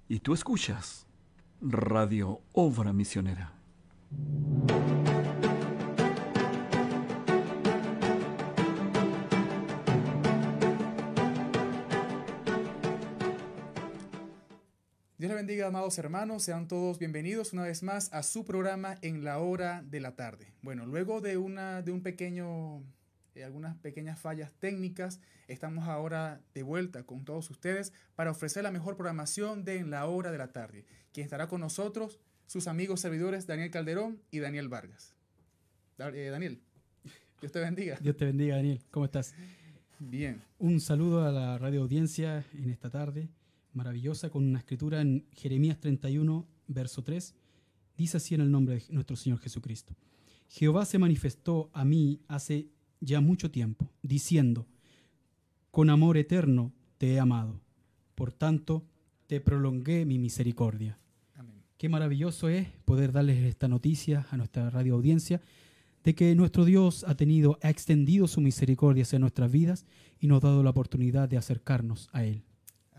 Y tú escuchas Radio Obra Misionera. Dios les bendiga, amados hermanos, sean todos bienvenidos una vez más a su programa En la Hora de la Tarde. Bueno, luego de algunas pequeñas fallas técnicas, estamos ahora de vuelta con todos ustedes para ofrecer la mejor programación de En la Hora de la Tarde. Quien estará con nosotros, sus amigos servidores Daniel Calderón y Daniel Vargas. Daniel, Dios te bendiga. Dios te bendiga, Daniel. ¿Cómo estás? Bien. Un saludo a la radio audiencia en esta tarde maravillosa con una escritura en Jeremías 31, verso 3. Dice así en el nombre de nuestro Señor Jesucristo. Jehová se manifestó a mí hace ya mucho tiempo, diciendo, con amor eterno te he amado, por tanto te prolongué mi misericordia. Amén. Qué maravilloso es poder darles esta noticia a nuestra radio audiencia de que nuestro Dios ha extendido su misericordia hacia nuestras vidas y nos ha dado la oportunidad de acercarnos a Él.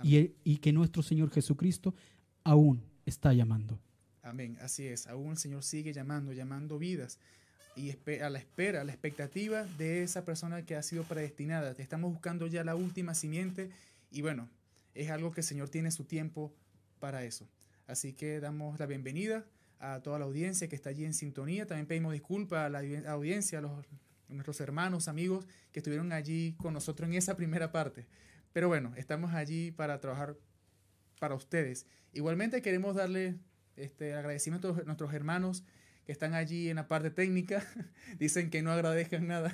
Y que nuestro Señor Jesucristo aún está llamando. Amén, así es. Aún el Señor sigue llamando vidas. Y a la expectativa de esa persona que ha sido predestinada. Estamos buscando ya la última simiente y bueno, es algo que el Señor tiene su tiempo para eso. Así que damos la bienvenida a toda la audiencia que está allí en sintonía. También pedimos disculpas a la audiencia, a nuestros hermanos, amigos que estuvieron allí con nosotros en esa primera parte. Pero bueno, estamos allí para trabajar para ustedes. Igualmente queremos darle agradecimiento a nuestros hermanos que están allí en la parte técnica. Dicen que no agradezcan nada,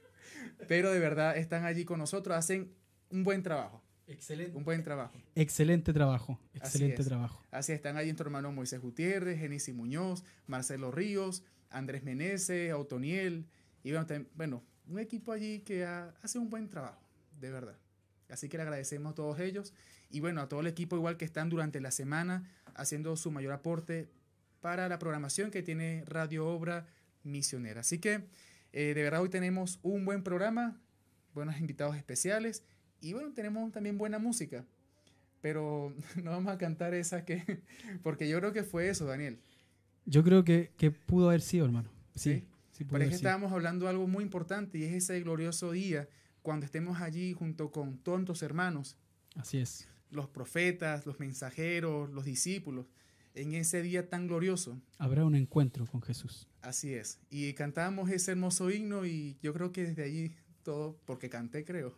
pero de verdad están allí con nosotros, hacen un buen trabajo. Excelente. Un buen trabajo. Excelente trabajo. Excelente trabajo. Así están allí nuestro hermano Moisés Gutiérrez, Genisi Muñoz, Marcelo Ríos, Andrés Meneses, Otoniel. Y bueno, un equipo allí que hace un buen trabajo, de verdad. Así que le agradecemos a todos ellos y bueno, a todo el equipo igual que están durante la semana haciendo su mayor aporte para la programación que tiene Radio Obra Misionera. Así que de verdad hoy tenemos un buen programa, buenos invitados especiales y bueno, tenemos también buena música, pero no vamos a cantar porque yo creo que fue eso, Daniel. Yo creo que pudo haber sido, hermano. Sí, pero es que estábamos hablando de algo muy importante y es ese glorioso día cuando estemos allí junto con todos nuestros hermanos. Así es. Los profetas, los mensajeros, los discípulos, en ese día tan glorioso. Habrá un encuentro con Jesús. Así es. Y cantamos ese hermoso himno y yo creo que desde allí todo, porque canté, creo.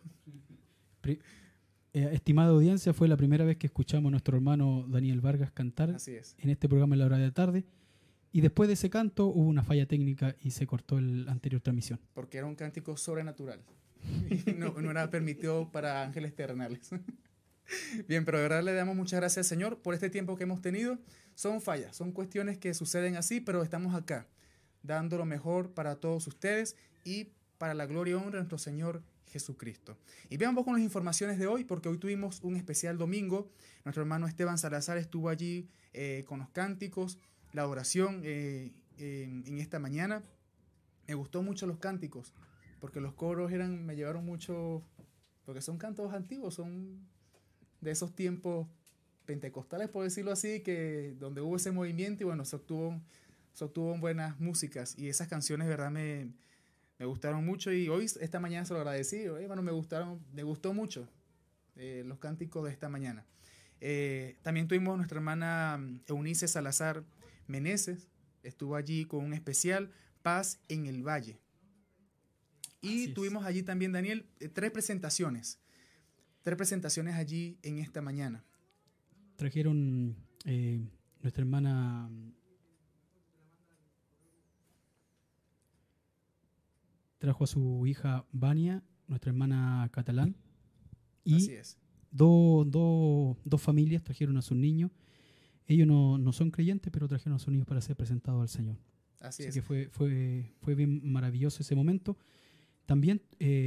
Estimada audiencia, fue la primera vez que escuchamos a nuestro hermano Daniel Vargas cantar. Así es. En este programa En la Hora de la Tarde. Y después de ese canto hubo una falla técnica y se cortó la anterior transmisión. Porque era un cántico sobrenatural. Y no era permitido para ángeles terrenales. Bien, pero de verdad le damos muchas gracias al Señor por este tiempo que hemos tenido. Son fallas, son cuestiones que suceden así, pero estamos acá, dando lo mejor para todos ustedes y para la gloria y honra de nuestro Señor Jesucristo. Y veamos con las informaciones de hoy, porque hoy tuvimos un especial domingo. Nuestro hermano Esteban Salazar estuvo allí con los cánticos, la oración en esta mañana. Me gustó mucho los cánticos, porque los coros me llevaron mucho, porque son cantos antiguos, son de esos tiempos pentecostales, por decirlo así, donde hubo ese movimiento y bueno, se obtuvo buenas músicas y esas canciones, verdad, me gustaron mucho y hoy, esta mañana se lo agradecí, bueno, me gustó mucho los cánticos de esta mañana. También tuvimos a nuestra hermana Eunice Salazar Meneses, estuvo allí con un especial Paz en el Valle. Y tuvimos allí también, Daniel, tres presentaciones allí en esta mañana. Trajeron nuestra hermana trajo a su hija Vania, nuestra hermana Catalán, y así es. Dos familias trajeron a sus niños. Ellos no son creyentes, pero trajeron a sus niños para ser presentados al Señor. Así que es. fue bien maravilloso ese momento. También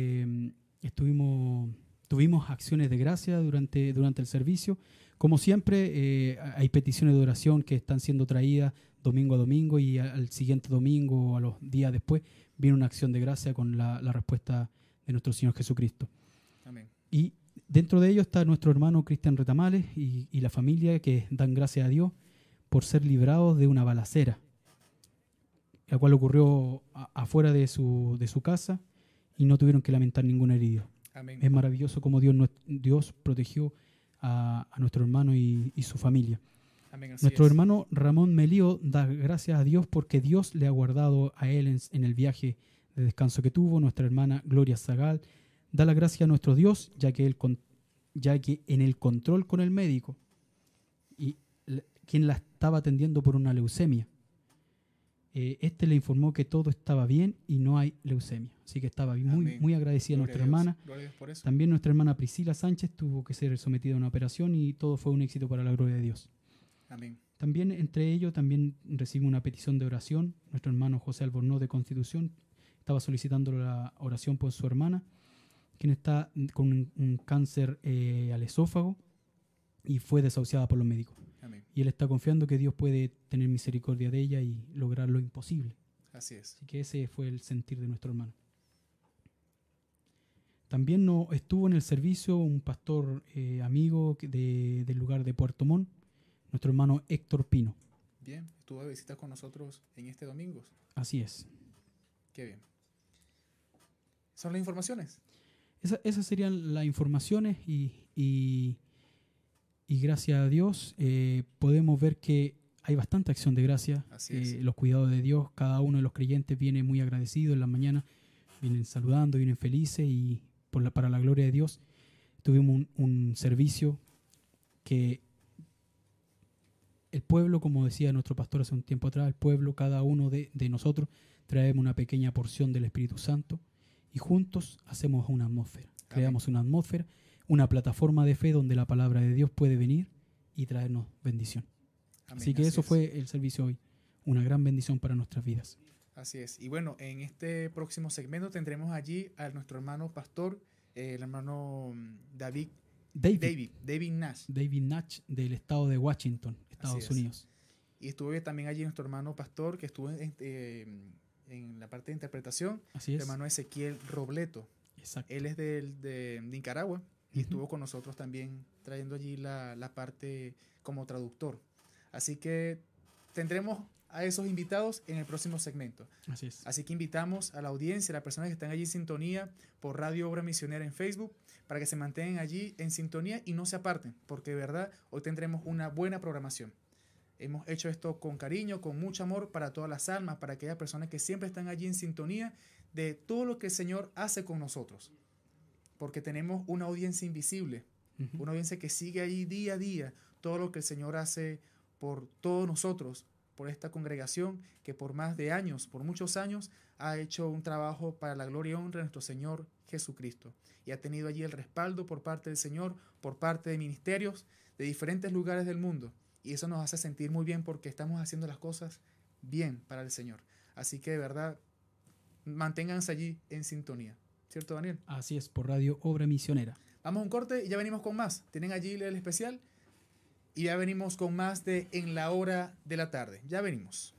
tuvimos acciones de gracia durante el servicio. Como siempre, hay peticiones de oración que están siendo traídas domingo a domingo y al siguiente domingo o a los días después viene una acción de gracia con la respuesta de nuestro Señor Jesucristo. Amén. Y Dentro de ello está nuestro hermano Cristian Retamales y la familia, que dan gracias a Dios por ser librados de una balacera, la cual ocurrió afuera de su casa, y no tuvieron que lamentar ningún herido. Amén. Es maravilloso cómo Dios protegió a nuestro hermano y su familia. Amén, así Nuestro es. hermano Ramón Melío da gracias a Dios porque Dios le ha guardado a él en el viaje de descanso que tuvo. Nuestra hermana Gloria Zagal da la gracia a nuestro Dios, ya que en el control con el médico, y quien la estaba atendiendo por una leucemia, este le informó que todo estaba bien y no hay leucemia. Así que estaba muy, Amén. muy agradecida Gloria nuestra a Dios. hermana. Gloria a Dios por eso. También nuestra hermana Priscila Sánchez tuvo que ser sometida a una operación y todo fue un éxito para la gloria de Dios. Amén. También entre ellos también recibimos una petición de oración. Nuestro hermano José Albornoz de Constitución estaba solicitando la oración por su hermana, quien está con un cáncer al esófago y fue desahuciada por los médicos. Amén. Y él está confiando que Dios puede tener misericordia de ella y lograr lo imposible. Así es. Así que ese fue el sentir de nuestro hermano. También estuvo en el servicio un pastor amigo del lugar de Puerto Montt, nuestro hermano Héctor Pino. Bien, estuvo de visita con nosotros en este domingo. Así es. Qué bien. ¿Son las informaciones? Esas serían las informaciones y gracias a Dios podemos ver que hay bastante acción de gracia. Así es. Los cuidados de Dios, cada uno de los creyentes viene muy agradecido en la mañana, vienen saludando, vienen felices y para la gloria de Dios tuvimos un servicio que el pueblo, como decía nuestro pastor hace un tiempo atrás, el pueblo, cada uno de nosotros traemos una pequeña porción del Espíritu Santo y juntos hacemos una atmósfera. Creamos una atmósfera, una plataforma de fe donde la palabra de Dios puede venir y traernos bendición. Amén. Así que eso fue el servicio hoy, una gran bendición para nuestras vidas. Así es. Y bueno, en este próximo segmento tendremos allí a nuestro hermano pastor, el hermano David Nash. David Nash del estado de Washington, Estados Así es. Unidos. Y estuvo también allí nuestro hermano pastor que estuvo en la parte de interpretación, Así el es. hermano Ezequiel Robleto. Exacto. Él es de Nicaragua y Ujú. estuvo con nosotros también trayendo allí la parte como traductor. Así que tendremos a esos invitados en el próximo segmento. Así es. Así que invitamos a la audiencia, a las personas que están allí en sintonía por Radio Obra Misionera en Facebook, para que se mantengan allí en sintonía y no se aparten, porque de verdad hoy tendremos una buena programación. Hemos hecho esto con cariño, con mucho amor para todas las almas, para aquellas personas que siempre están allí en sintonía de todo lo que el Señor hace con nosotros. Porque tenemos una audiencia invisible, Ujú. una audiencia que sigue ahí día a día todo lo que el Señor hace por todos nosotros, por esta congregación que por más de años, por muchos años, ha hecho un trabajo para la gloria y honra de nuestro Señor Jesucristo. Y ha tenido allí el respaldo por parte del Señor, por parte de ministerios de diferentes lugares del mundo. Y eso nos hace sentir muy bien porque estamos haciendo las cosas bien para el Señor. Así que de verdad, manténganse allí en sintonía. ¿Cierto, Daniel? Así es, por Radio Obra Misionera. Vamos a un corte y ya venimos con más. Tienen allí el especial y ya venimos con más de En la Hora de la Tarde. Ya venimos.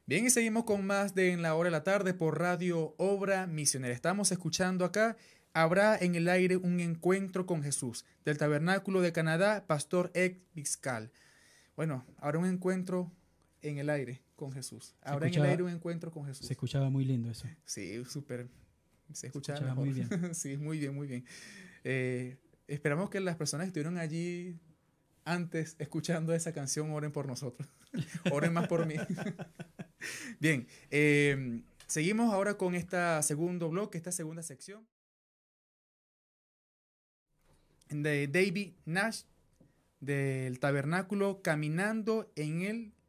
Bien, y seguimos con más de En la Hora de la Tarde por Radio Obra Misionera. Estamos escuchando acá, habrá en el aire un encuentro con Jesús, del Tabernáculo de Canadá, Pastor Ed Vizcal. Bueno, habrá un encuentro en el aire con Jesús. Habrá en el aire un encuentro con Jesús. Se escuchaba muy lindo eso. Sí, súper. Se escuchaba escuchaba mejor. muy bien. Sí, muy bien, muy bien. Esperamos que las personas que estuvieron allí antes escuchando esa canción oren por nosotros. Oren más por mí. Bien, seguimos ahora con este segundo bloque, esta segunda sección de David Nash del Tabernáculo caminando en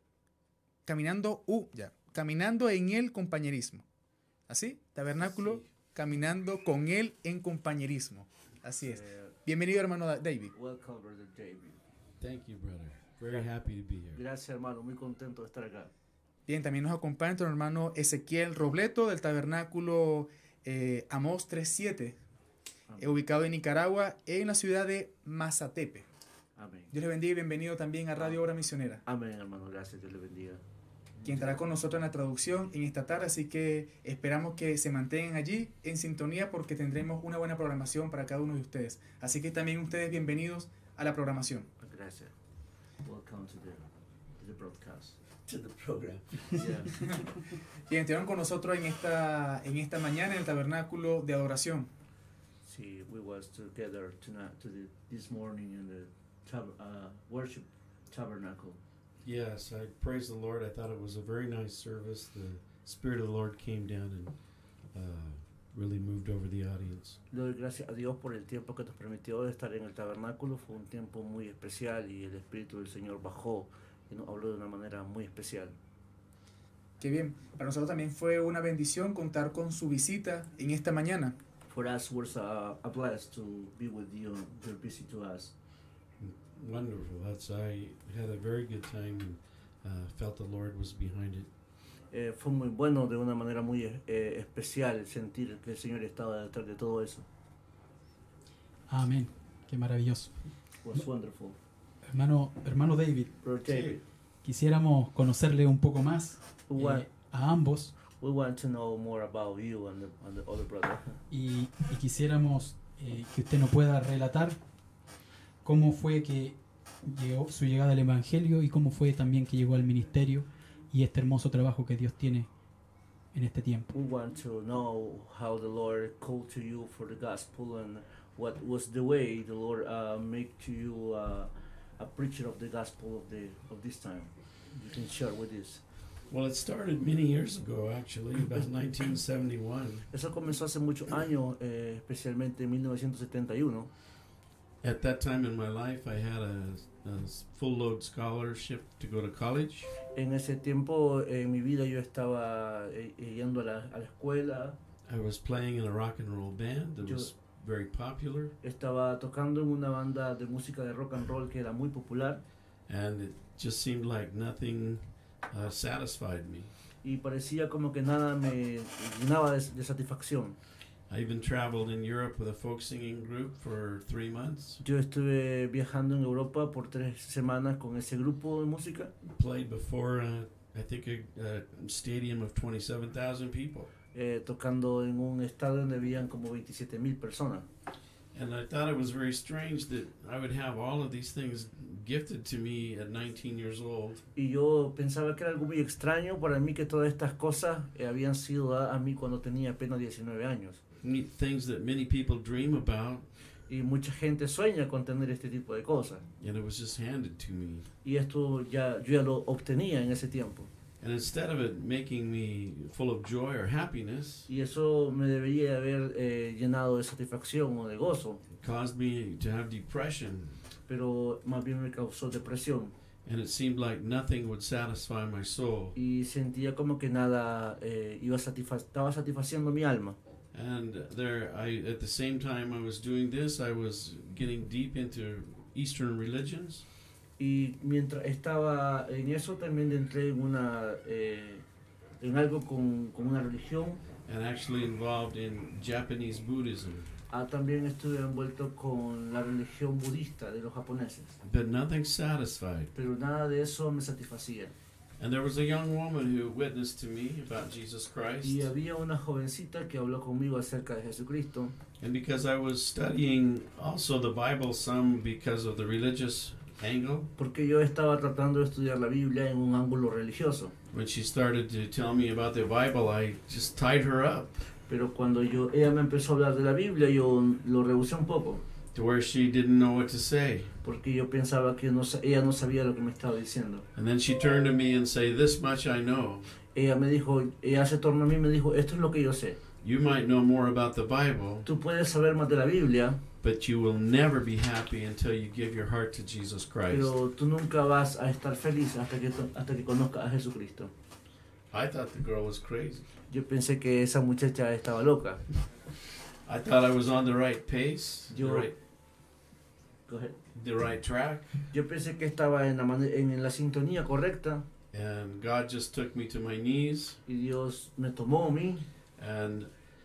el compañerismo. ¿Así? Tabernáculo Sí. caminando con él en compañerismo. Así es. Bienvenido, hermano David. Welcome, brother David. Thank you, brother. Very happy to be here. Gracias, hermano. Muy contento de estar acá. Bien, también nos acompaña nuestro hermano Ezequiel Robleto del Tabernáculo Amós 3.7, ubicado en Nicaragua, en la ciudad de Mazatepe. Amén. Dios le bendiga y bienvenido también a Radio Obra Misionera, Amén, hermano. Gracias. Dios le bendiga. quien estará con nosotros en la traducción en esta tarde, así que esperamos que se mantengan allí en sintonía porque tendremos una buena programación para cada uno de ustedes. Así que también ustedes bienvenidos a la programación. Gracias. Welcome to the broadcast. To the program. Yeah. Bien, estuvieron con nosotros en esta mañana en el Tabernáculo de Adoración. See, we was together tonight, this morning in the worship tabernacle. Yes, I praise the Lord. I thought it was a very nice service. The Spirit of the Lord came down and really moved over the audience. Le doy gracias a Dios por el tiempo que nos permitió de estar en el tabernáculo. Fue un tiempo muy especial y el Espíritu del Señor bajó y nos habló de una manera muy especial. Qué bien. Para nosotros también fue una bendición contar con su visita en esta mañana. For us, was a blessed to be with you, your visit to us. Wonderful. I had a very good time and felt the Lord was behind it. Fue muy bueno, de una manera muy especial, sentir que el Señor estaba detrás de todo eso. Amén. Qué maravilloso. It was wonderful. Hermano David, Brother David, quisiéramos conocerle un poco más we want, a ambos we want to know more about you and the other brother. y quisiéramos que usted nos pueda relatar cómo fue que llegó su llegada al Evangelio y cómo fue también que llegó al ministerio y este hermoso trabajo que Dios tiene en este tiempo. We want to know how the Lord called to you for the gospel and what was the way the Lord made to you a preacher of the gospel of this time. You can share with us. Well, it started many years ago, actually, about 1971. Eso comenzó hace muchos años, especialmente en 1971. At that time in my life, I had a full load scholarship to go to college. En ese tiempo en mi vida yo estaba yendo a la escuela, I was playing in a rock and roll band that was very popular, estaba tocando en una banda de música de rock and roll que era muy popular and it just seemed like nothing satisfied me. y parecía como que nada me llenaba de satisfacción. I even traveled in Europe with a folk singing group for 3 months. Yo estuve viajando en Europa por 3 semanas con ese grupo de música. Played before, I think, a stadium of 27,000 people. Tocando en un estadio donde habían como 27,000 personas. And I thought it was very strange that I would have all of these things gifted to me at 19 years old. Y yo pensaba que era algo muy extraño para mí que todas estas cosas habían sido dadas a mí cuando tenía apenas 19 años. Things that many people dream about. Y mucha gente sueña con tener este tipo de cosas. And it was just handed to me. Y esto yo ya lo obtenía en ese tiempo. And instead of it making me full of joy or happiness, Y eso me debería haber llenado de satisfacción o de gozo, it caused me to have depression. pero más bien me causó depresión. And it seemed like nothing would satisfy my soul. Y sentía como que nada estaba satisfaciendo mi alma. And at the same time I was doing this, I was getting deep into Eastern religions. Y mientras estaba en eso también entré en algo con una religión. And actually involved in Japanese Buddhism. También estuve envuelto con la religión budista de los japoneses. But nothing satisfied. Pero nada de eso me satisfacía. And there was a young woman who witnessed to me about Jesus Christ. Y había una jovencita que habló conmigo acerca de Jesucristo. And because I was studying also the Bible some because of the religious angle, Porque yo estaba tratando de estudiar la Biblia en un ángulo religioso. when she started to tell me about the Bible, I just tied her up Pero cuando ella me empezó a hablar de la Biblia, yo lo rehusé un poco. to where she didn't know what to say. Porque yo pensaba que ella no sabía lo que me estaba diciendo. And then she turned to me and said, "This much I know. Ella se tornó a mí y me dijo, esto es lo que yo sé. You might know more about the Bible, Tú puedes saber más de la Biblia, but you will never be happy until you give your heart to Jesus Christ." pero tú nunca vas a estar feliz hasta que conozcas a Jesucristo. I thought the girl was crazy. Yo pensé que esa muchacha estaba loca. I thought I was on the right pace, Go ahead. the right track, Yo pensé que estaba en la sintonía correcta and God just took me to my knees. y Dios me tomó a mí. And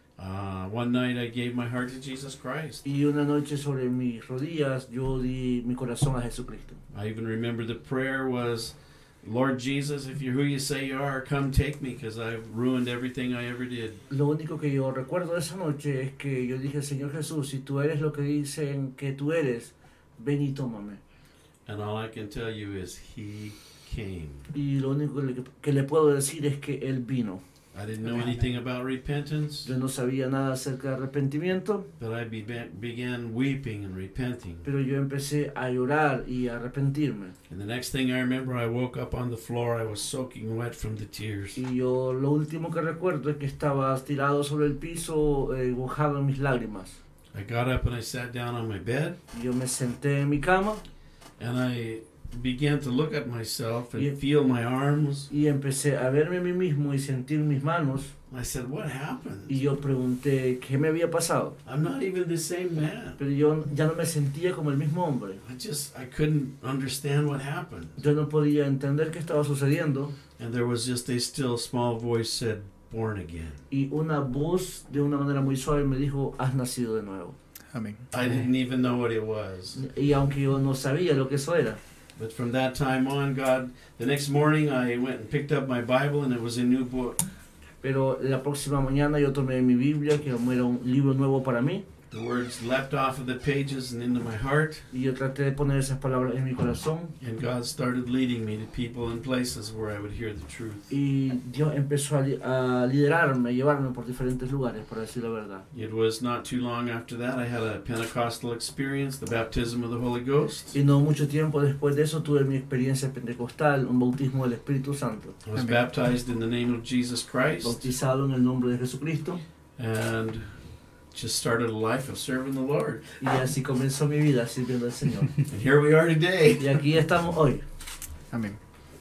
one night I gave my heart to Jesus Christ. Y una noche sobre mis rodillas yo di mi corazón a Jesucristo. I even remember the prayer was, "Lord Jesus, if you're who you say you are, come take me, because I've ruined everything I ever did." Lo único que yo recuerdo de esa noche es que yo dije, Señor Jesús, si tú eres lo que dicen que tú eres, ven y tómame. And all I can tell you is He came. Y lo único que le puedo decir es que Él vino. I didn't know anything about repentance, Yo no sabía nada acerca de arrepentimiento, but I began weeping and repenting. pero yo empecé a llorar y a arrepentirme. And the next thing I remember, I woke up on the floor. I was soaking wet from the tears. Y yo lo último que recuerdo es que estaba tirado sobre el piso, mojado en mis lágrimas. I got up and I sat down on my bed, Y yo me senté en mi cama and I began to look at myself and Yeah. feel my arms. y empecé a verme a mí mismo y sentir mis manos. I said, "What happened? Y yo pregunté qué me había pasado. I'm not even the same man." Pero yo ya no me sentía como el mismo hombre. I couldn't understand what happened. Yo no podía entender qué estaba sucediendo. And there was just a still small voice said, "Born again." Y una voz de una manera muy suave me dijo, has nacido de nuevo. Amén. I didn't even know what it was. Y aunque yo no sabía lo que eso era, But from that time on, the next morning I went and picked up my Bible, and it was a new book. pero la próxima mañana yo tomé mi Biblia, que era un libro nuevo para mí, The words leapt off of the pages and into my heart, y yo traté de poner esas palabras en mi corazón, and God started leading me to people and places where I would hear the truth. y Dios empezó a liderarme, a llevarme por diferentes lugares, para decir la verdad. It was not too long after that I had a Pentecostal experience, the baptism of the Holy Ghost. Y no mucho tiempo después de eso tuve mi experiencia pentecostal, un bautismo del Espíritu Santo, I was Amen. baptized in the name of Jesus Christ, bautizado en el nombre de Jesucristo, and just started a life of serving the Lord. y así comenzó mi vida sirviendo al Señor. And here we are today. Y aquí estamos hoy. Amén.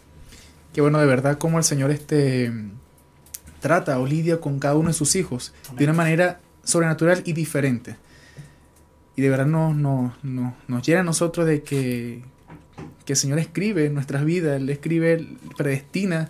Qué bueno de verdad cómo el Señor trata o lidia con cada uno de sus hijos de una manera sobrenatural y diferente. Y de verdad nos llena a nosotros de que el Señor escribe en nuestras vidas, Él escribe, Él predestina.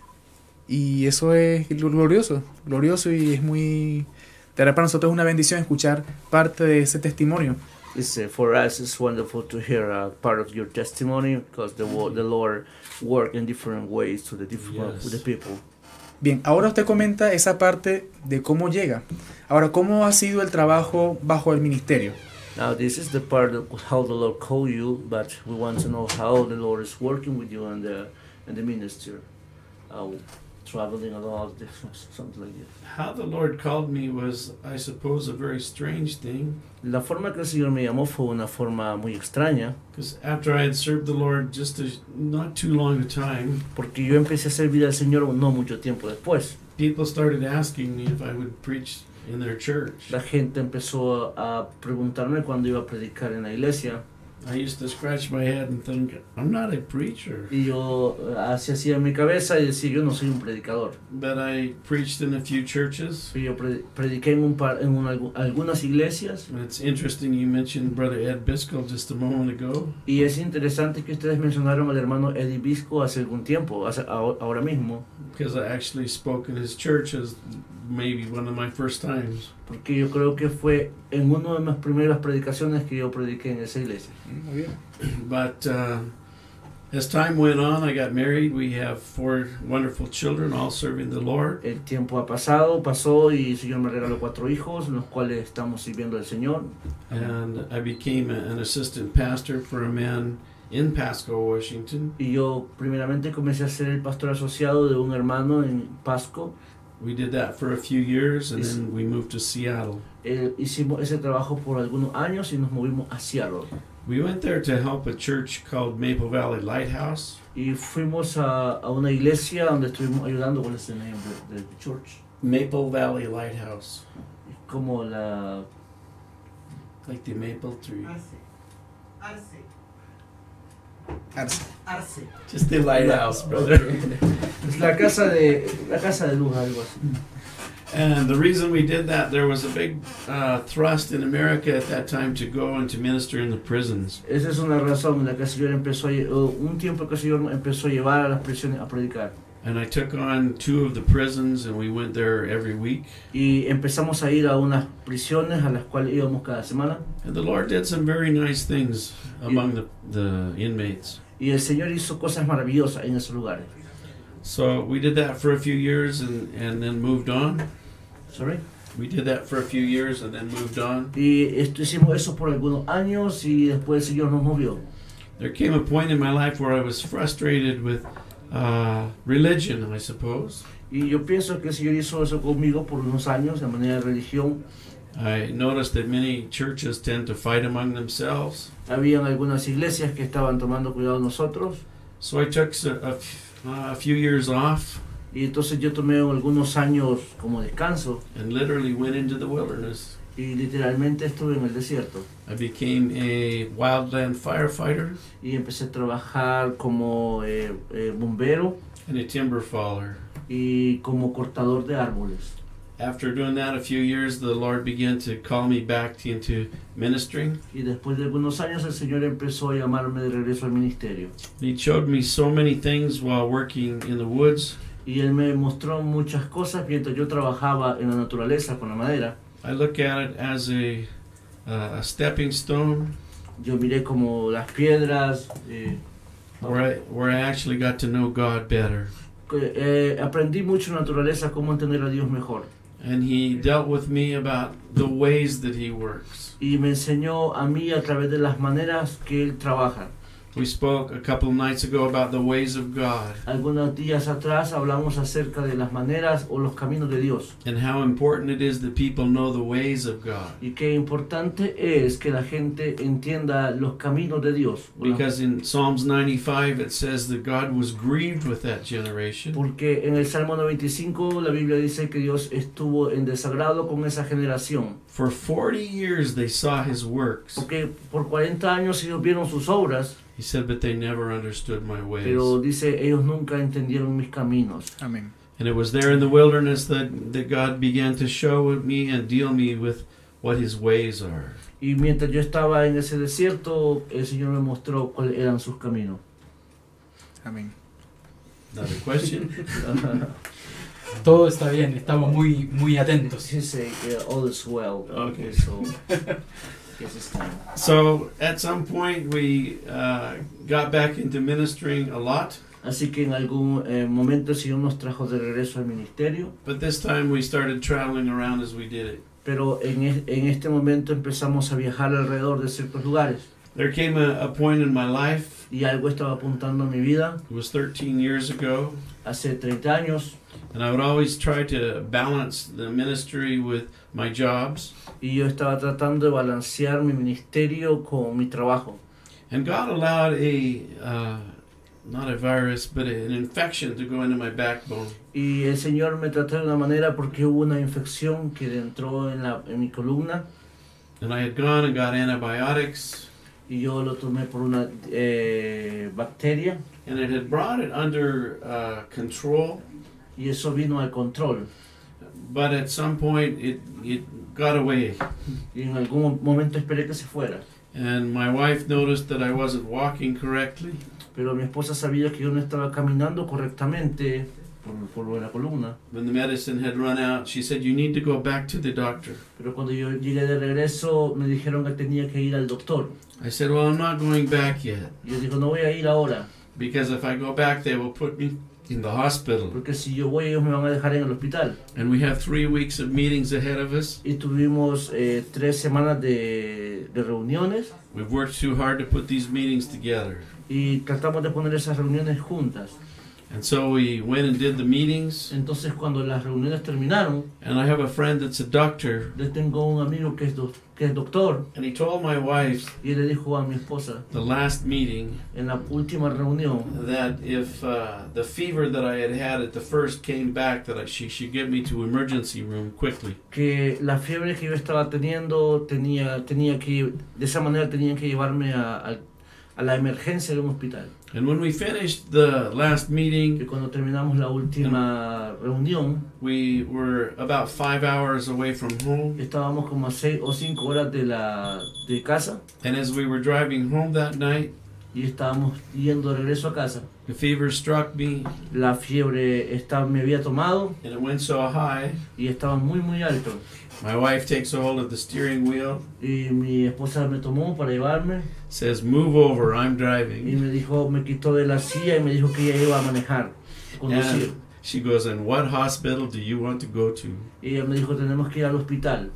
Y eso es glorioso y es muy... De verdad para nosotros es una bendición escuchar parte de ese testimonio. For us, it's wonderful to hear part of your testimony because the Lord worked in different ways to the different Yes. the people. Bien, ahora usted comenta esa parte de cómo llega. Ahora, ¿cómo ha sido el trabajo bajo el ministerio? Now, this is the part of how the Lord called you, but we want to know how the Lord is working with you in the ministry, traveling a lot, something like that. How the Lord called me was, I suppose, a very strange thing. La forma que el Señor me llamó fue una forma muy extraña, Because after I had served the Lord not too long a time, porque yo empecé a servir al Señor no mucho tiempo después. people started asking me if I would preach in their church. La gente empezó a preguntarme cuando iba a predicar en la iglesia. I used to scratch my head and think, I'm not a preacher. Y yo hacía en mi cabeza y decía, yo no soy un predicador. But I preached in a few churches. Y yo prediqué en algunas iglesias. And it's interesting you mentioned Brother Ed Biscoe just a moment ago. Y es interesante que ustedes mencionaron al hermano Eddie Bisco hace algún tiempo, ahora mismo. Because I actually spoke in his church as maybe one of my first times. Porque yo creo que fue en una de mis primeras predicaciones que yo prediqué en esa iglesia. Muy bien. But As time went on, I got married. We have 4 wonderful children, all serving the Lord. El tiempo ha pasó y el Señor me regaló 4 hijos, los cuales estamos sirviendo al Señor. And I became an assistant pastor for a man in Pasco, Washington. Y yo primeramente comencé a ser el pastor asociado de un hermano en Pasco. We did that for a few years, and then we moved to Seattle. Hicimos ese trabajo por algunos años y nos movimos a Seattle. We went there to help a church called Maple Valley Lighthouse. Y fuimos a una iglesia donde estuvimos ayudando. ¿Cuál es el nombre de the church? Maple Valley Lighthouse. Como la... Like the maple tree. Arce. Just the lighthouse, brother. Es la casa de luz, algo así. And the reason we did that, there was a big thrust in America at that time to go and to minister in the prisons. Esa es una razón en la que el Señor empezó un tiempo que el Señor empezó a llevar a las prisiones a predicar. And I took on 2 of the prisons, and we went there every week. Y empezamos a ir a unas prisiones a las cuales íbamos cada semana. And the Lord did some very nice things among the inmates. Y el Señor hizo cosas maravillosas en esos lugares. So we did that for a few years and then moved on. Sorry. We did that for a few years and then moved on. Y hicimos eso por algunos años y después el Señor nos movió. There came a point in my life where I was frustrated with religion, I suppose. Y yo pienso que el Señor hizo eso conmigo por unos años de manera de religión. I noticed that many churches tend to fight among themselves. Habían algunas iglesias que estaban tomando cuidado de nosotros. So I took a few years off Y entonces yo tomé algunos años como descanso and literally went into the wilderness. y literalmente estuve en el desierto. I became a wildland firefighter Y empecé a trabajar como bombero and a timber faller. y como cortador de árboles. After doing that a few years, the Lord began to call me back into ministering. Y después de algunos años el Señor empezó a llamarme de regreso al ministerio. He showed me so many things while working in the woods. Y Él me mostró muchas cosas mientras yo trabajaba en la naturaleza con la madera. I look at it as a stepping stone Yo miré como las piedras. where I actually got to know God better. Aprendí mucho en la naturaleza cómo entender a Dios mejor. And He dealt with me about the ways that He works. Y me enseñó a mí a través de las maneras que Él trabaja. We spoke a couple of nights ago about the ways of God Algunos días atrás hablamos acerca de las maneras o los caminos de Dios. and how important it is that people know the ways of God. Y qué importante es que la gente entienda los caminos de Dios. Because in Psalms 95 it says that God was grieved with that generation. Porque en el Salmo 95 la Biblia dice que Dios estuvo en desagrado con esa generación. For 40 years they saw His works. Porque por 40 años ellos vieron sus obras, He said, but they never understood my ways. pero dice, ellos nunca entendieron mis caminos. Amén. And it was there in the wilderness that God began to show me and deal me with what His ways are. Y mientras yo estaba en ese desierto, el Señor me mostró cuáles eran sus caminos. Amén. Another question? Todo está bien, estamos muy atentos. He said, all is well. Okay. So, guess it's time. So at some point we got back into ministering a lot, Así que en algún momento el Señor nos trajo de regreso al ministerio, but this time we started traveling around as we did it. pero en este momento empezamos a viajar alrededor de ciertos lugares. There came a point in my life, Y algo estaba apuntando a mi vida it was 13 years ago, hace 30 años. and I would always try to balance the ministry with my jobs. Y yo estaba tratando de balancear mi ministerio con mi trabajo. And God allowed not a virus, but an infection to go into my backbone. Y el Señor me trató de una manera porque hubo una infección que entró en mi columna. And I had gone and got antibiotics, Y yo lo tomé por una bacteria. and it had brought it under control. Y eso vino al control. But at some point, it got away. Y en algún momento esperé que se fuera. And my wife noticed that I wasn't walking correctly. Pero mi esposa sabía que yo no estaba caminando correctamente por la columna. When the medicine had run out, she said, "You need to go back to the doctor." Pero cuando yo llegué de regreso, me dijeron que tenía que ir al doctor. I said, "Well, I'm not going back yet." Y yo digo, no voy a ir ahora. Because if I go back, they will put me in the hospital. porque si yo voy ellos me van a dejar en el hospital. And we have 3 weeks of meetings ahead of us. Y tuvimos 3 semanas de reuniones We've worked too hard to put these meetings together. y tratamos de poner esas reuniones juntas. And so we went and did the meetings. Entonces cuando las reuniones terminaron, And I have a friend that's a doctor. yo tengo un amigo que es doctor And he told my wife y él le dijo a mi esposa the last meeting en la última reunión that if the fever that I had at the first came back, that she should get me to emergency room quickly. que la fiebre que yo estaba teniendo tenía que, de esa manera tenían que llevarme a la emergencia de un hospital. And when we finished the last Y meeting, cuando terminamos la última reunión, we were about 5 hours away from home. estábamos como a 6 o 5 horas de casa And as we were driving home that night, y estábamos yendo de regreso a casa. the fever struck me La fiebre me había tomado and it went so high. y estaba muy muy alto. My wife takes a hold of the steering wheel, Y mi esposa me tomó para llevarme says, "Move over, I'm y driving." me dijo, me quitó de la silla y me dijo que ella iba a manejar, conducir. And she goes, "And what hospital do you want to go to?" Y ella me dijo, tenemos que ir al hospital.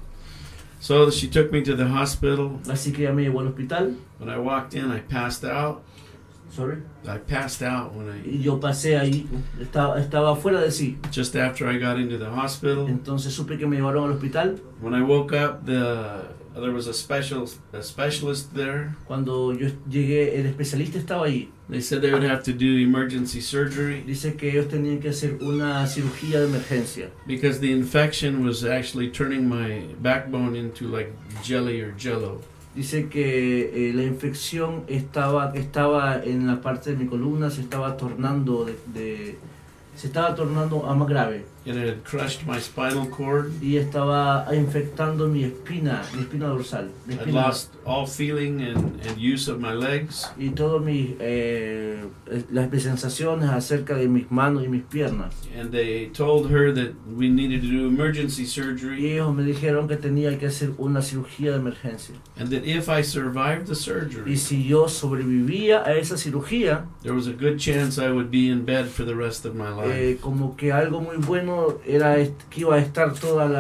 So she took me to the hospital. Así que ella me llevó al hospital. When I walked in, I passed out. Sorry. I passed out Y yo pasé ahí, estaba fuera de sí. just after I got into the hospital. Entonces supe que me llevaron al hospital. When I woke up, there was a specialist there. Cuando yo llegué, el especialista estaba ahí. They said they would have to do emergency surgery Dice que ellos tenían que hacer una cirugía de emergencia. because the infection was actually turning my backbone into like jelly or jello. Dice que la infección estaba en la parte de mi columna, se estaba tornando se estaba tornando a más grave And it had crushed my spinal cord. y estaba infectando mi espina dorsal, mi I'd espina, lost all feeling and use of my legs. y todas las sensaciones acerca de mis manos y mis piernas. And they told her that we needed to do emergency Y surgery ellos me dijeron que tenía que hacer una cirugía de emergencia. and that if I survived the Y surgery, si yo sobrevivía a esa cirugía, there was a good chance I would be in bed for the rest of my life. como que algo muy bueno era que iba a estar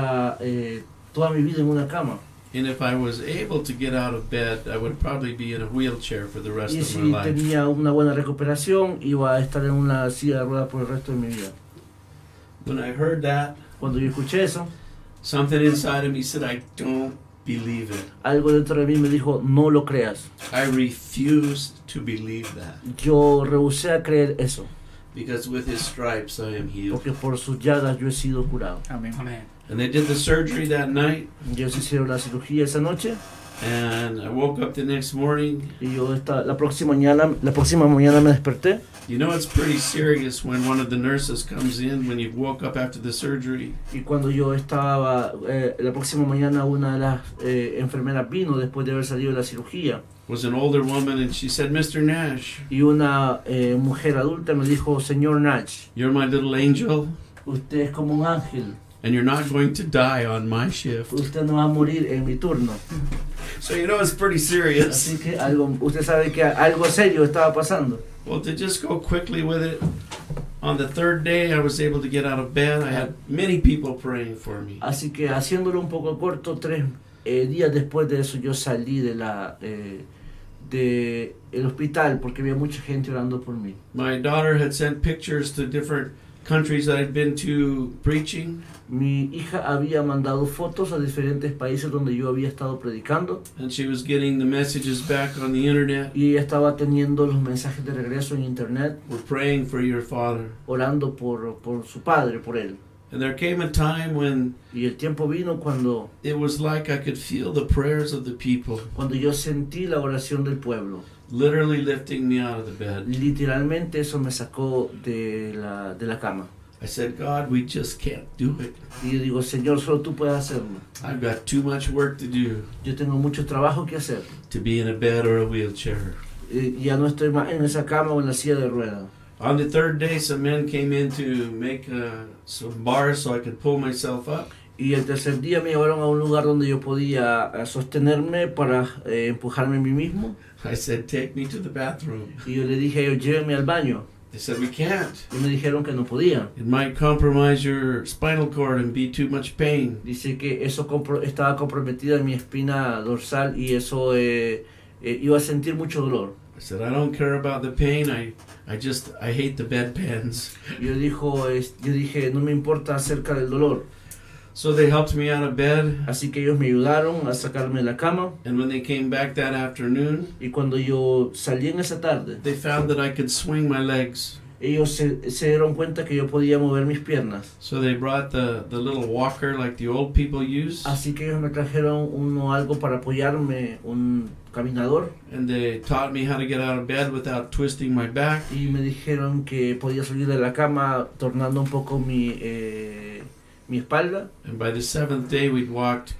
toda mi vida en una cama. And if I was able to get out of bed, I would probably be in a wheelchair for the rest Y of si my life. tenía una buena recuperación, iba a estar en una silla de ruedas por el resto de mi vida. When I heard that, Cuando yo escuché eso, something inside of me said, "I don't believe it. algo dentro de mí me dijo, no lo creas. I refuse to believe that. Yo rehusé a creer eso, Because with his stripes I am healed." porque por sus llagas yo he sido curado. Amén. And they did the surgery that night, Ellos hicieron la cirugía esa noche and I woke up the next morning. y yo la próxima mañana me desperté. You know it's pretty serious when one of the nurses comes in when you woke up after the surgery. Y cuando yo estaba, la próxima mañana una de las enfermeras vino después de haber salido de la cirugía. Was an older woman, and she said, "Mr. Nash, Y una mujer adulta me dijo, señor Nash, you're my little angel, usted es como un ángel. and you're not going to die on my shift." Usted no va a morir en mi turno. So you know it's pretty serious. Así que usted sabe que algo serio estaba pasando. Well, to just go quickly with it, on the third day I was able to get out of bed. I had many people praying for me. Así que haciéndolo un poco corto, 3 días después de eso yo salí de el hospital porque había mucha gente orando por mí. My daughter had sent pictures to different countries that I'd been to preaching, Mi hija había mandado fotos a diferentes países donde yo había estado predicando and she was getting the messages back on the internet. y ella estaba teniendo los mensajes de regreso en internet, We're praying for your father. orando por su padre, por él. And there came a time when Y el tiempo vino cuando it was like I could feel the prayers of the people yo sentí la oración del pueblo. literally lifting me out of the bed. Literalmente eso me sacó de la cama. I said, "God, we just can't do it. Y yo digo, Señor, solo tú puedes hacerlo. I've got too much work to do Yo tengo mucho trabajo que hacer. to be in a bed or a wheelchair." Ya no estoy más en esa cama o en la silla de ruedas. On the third day, some men came in to make some bars so I could pull myself up. Y el tercer día me llevaron a un lugar donde yo podía sostenerme para empujarme a mí mismo. I said, take me to the bathroom. Y yo le dije a ellos, llévenme al baño. They said, we can't. Y me dijeron que no podían. It might compromise your spinal cord and be too much pain. Dice que eso estaba comprometida en mi espina dorsal y eso iba a sentir mucho dolor. I said, I don't care about the pain. I hate the bedpans. Yo dije, no me importa acerca del dolor. So they helped me out of bed. Así que ellos me ayudaron a sacarme de la cama. And when they came back that afternoon, Y cuando yo salí en esa tarde, they found that I could swing my legs. ellos se dieron cuenta que yo podía mover mis piernas. So they brought the little walker like the old people use. Así que ellos me trajeron algo para apoyarme, un caminador. And they taught me how to get out of bed without twisting my back. Y me dijeron que podía salir de la cama tornando un poco mi espalda. And by the 7th day, we'd walked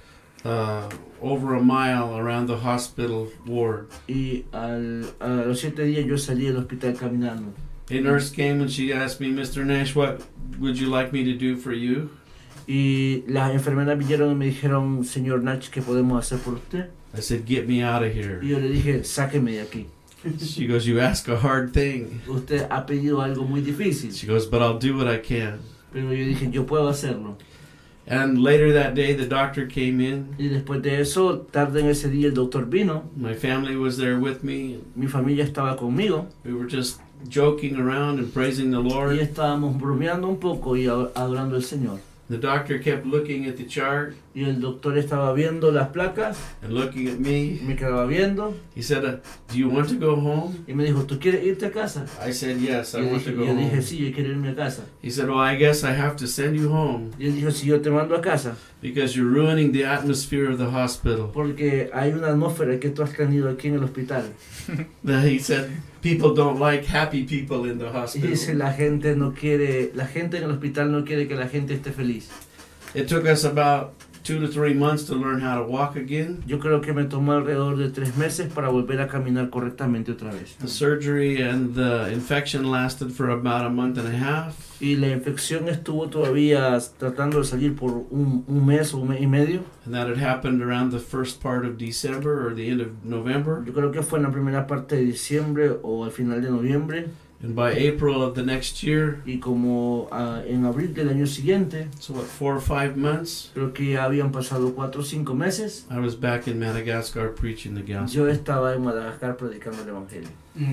over a mile around the hospital ward. Y a los 7 días yo salí del hospital caminando. A nurse came and she asked me, Mr. Nash, what would you like me to do for you? Y las enfermeras vinieron y me dijeron, señor Nach, ¿qué podemos hacer por usted? I said, get me out of here. Y yo le dije, sáqueme de aquí. She goes, you ask a hard thing. Usted ha pedido algo muy difícil. She goes, but I'll do what I can. Pero yo dije, yo puedo hacerlo. And later that day, the doctor came in. Y después de eso, tarde en ese día, el doctor vino. My family was there with me. Mi familia estaba conmigo. We were just joking around and praising the Lord. Y estábamos bromeando un poco y adorando al Señor. The doctor kept looking at the chart Y el doctor estaba viendo las placas, and looking at me. me quedaba viendo He said, do you want to go home? y me dijo, ¿tú quieres irte a casa? I said, yes, I Y want to go yo dije, home. sí, yo quiero irme a casa. He said, well, I guess I have to send you home Y él dijo, si yo te mando a casa, because you're ruining the atmosphere of the hospital. porque hay una atmósfera que tú has tenido aquí en el hospital. Then he said, people don't like happy people in the Y hospital. dice, la gente en el hospital no quiere que la gente esté feliz. It took us about 2 to 3 months to learn how to walk again. Yo creo que me tomó alrededor de 3 meses para volver a caminar correctamente otra vez. The surgery and the infection lasted for about a month and a half. Y la infección estuvo todavía tratando de salir por un mes o un mes y medio. And that had happened around the first part of December or the end of November. Yo creo que fue en la primera parte de diciembre o al final de noviembre. And by April of the next year, Y como en abril del año siguiente, so what, 4 or 5 months, creo que ya habían pasado 4 o 5 meses, I was back in Madagascar preaching the gospel. yo estaba en Madagascar predicando el Evangelio.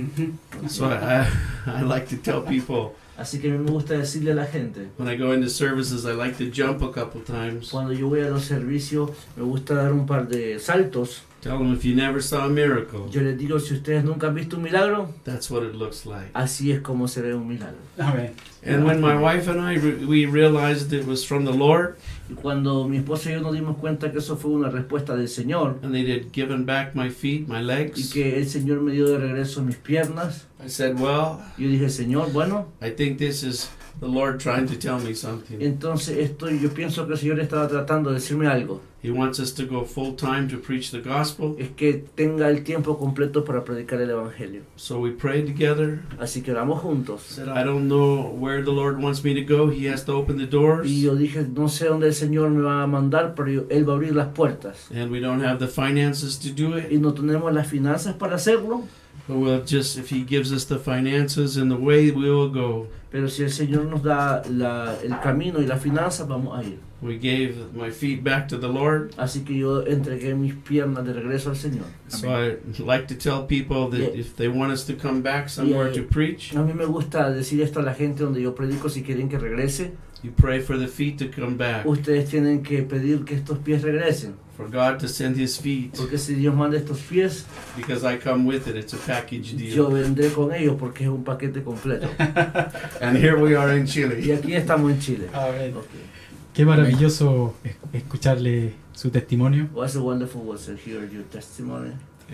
So I like to tell people Así que a mí me gusta decirle a la gente, when I go into services, I like to jump a couple times. cuando yo voy a los servicios, me gusta dar un par de saltos. Tell them if you never saw a miracle, Yo les digo, si ustedes nunca han visto un milagro, that's what it looks like. así es como se ve un milagro. Amén. And when my wife and I we realized it was from the Lord, Y cuando mi esposa y yo nos dimos cuenta que eso fue una respuesta del Señor, and they had given back my feet, my y legs, que el Señor me dio de regreso mis piernas, I said, well, yo dije, Señor, bueno, I think this is the Lord trying to tell me something. entonces yo pienso que el Señor estaba tratando de decirme algo. He wants us to go full time to preach the gospel. Es que tenga el tiempo completo para predicar el Evangelio. So we prayed together. Así que oramos juntos. Said, I don't know where the Lord wants me to go. He has to open the doors. Y yo dije, no sé dónde el Señor me va a mandar, pero Él va a abrir las puertas. And we don't have the finances to do it. Y no tenemos las finanzas para hacerlo, But we'll just, if He gives us the finances and the way, we will go. pero si el Señor nos da el camino y las finanzas, vamos a ir. We gave my feet back to the Lord. Así que yo entregué mis piernas de regreso al Señor. So I like to tell people that Yeah. if they want us to come back somewhere Yeah. to preach, A mí me gusta decir esto a la gente donde yo predico, si quieren que regrese, you pray for the feet to come back. ustedes tienen que pedir que estos pies regresen. For God to send His feet, Porque si Dios manda estos pies, because I come with it. It's a package yo deal. vendré con ellos porque es un paquete completo. And here we are in Y Chile. aquí estamos en Chile. Amén. Okay. Qué maravilloso escucharle su testimonio. Was a wonderful was to hear your testimony.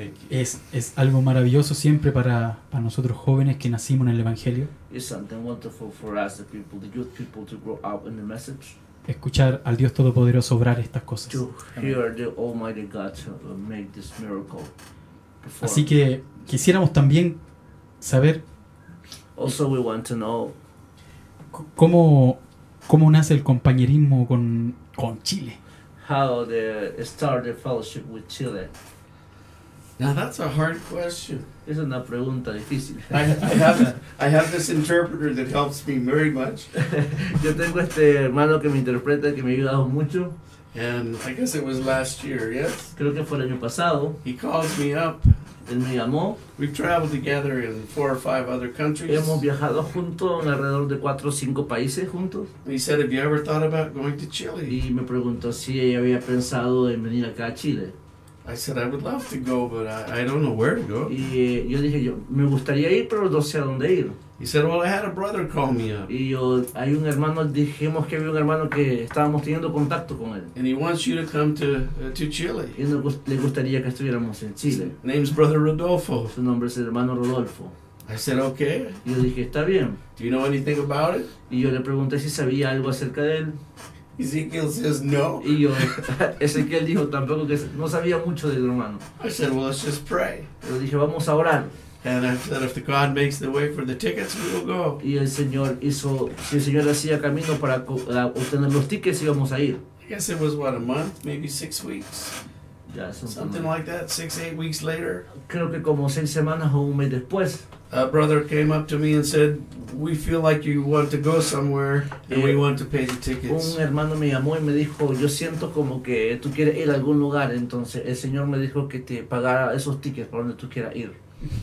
Es algo maravilloso siempre para nosotros jóvenes que nacimos en el Evangelio. It's something wonderful for us, the youth people, to grow up in the message, Escuchar al Dios Todopoderoso obrar estas cosas. to hear the Almighty God to make this miracle. perform. Así que quisiéramos también saber Also, we want to know cómo nace el compañerismo con Chile. how the start the fellowship with Chile. Now that's a hard question. Es una pregunta difícil. I have this interpreter that helps me very much, Yo tengo este hermano que me interpreta, que me ha ayudado mucho. and I guess it was last year. Yes, Creo que fue el año pasado. he calls me up. Él me llamó. We've traveled together in 4 or 5 other countries. Hemos viajado juntos en alrededor de 4 o 5 países juntos. He said, "Have you ever thought about going to Chile?" Y me preguntó si ella había pensado en venir acá a Chile. I said, "I would love to go, but I don't know where to go." Y yo dije, me gustaría ir, pero no sé a dónde ir. He said, "Well, I had a brother call me up, Y yo, hay un hermano, dijimos que había un hermano que estábamos teniendo contacto con él. and he wants you to come to Chile. Y le gustaría que estuviéramos en Chile. Name's Brother Rodolfo." Su nombre es el hermano Rodolfo. I said, "Okay. Y yo dije, está bien. Do you know anything about it?" Y yo le pregunté si sabía algo acerca de él. Ezekiel says, "No." Y yo, Ezequiel dijo tampoco que no sabía mucho del hermano. I said, "Well, let's just pray." Pero dije, vamos a orar. And I said, "If the God makes the way for the tickets, we will go." Y el Señor hizo, si el Señor hacía camino para obtener los tickets, íbamos a ir. I guess it was what, a month, maybe 6 weeks, Ya, son something like that. 6, 8 weeks later, creo que como 6 semanas o un mes después, a brother came up to me and said, "We feel like you want to go somewhere, and we want to pay the tickets." un hermano me llamó y me dijo, yo siento como que tú quieres ir a algún lugar, entonces el Señor me dijo que te pagara esos tickets para donde tú quieras ir.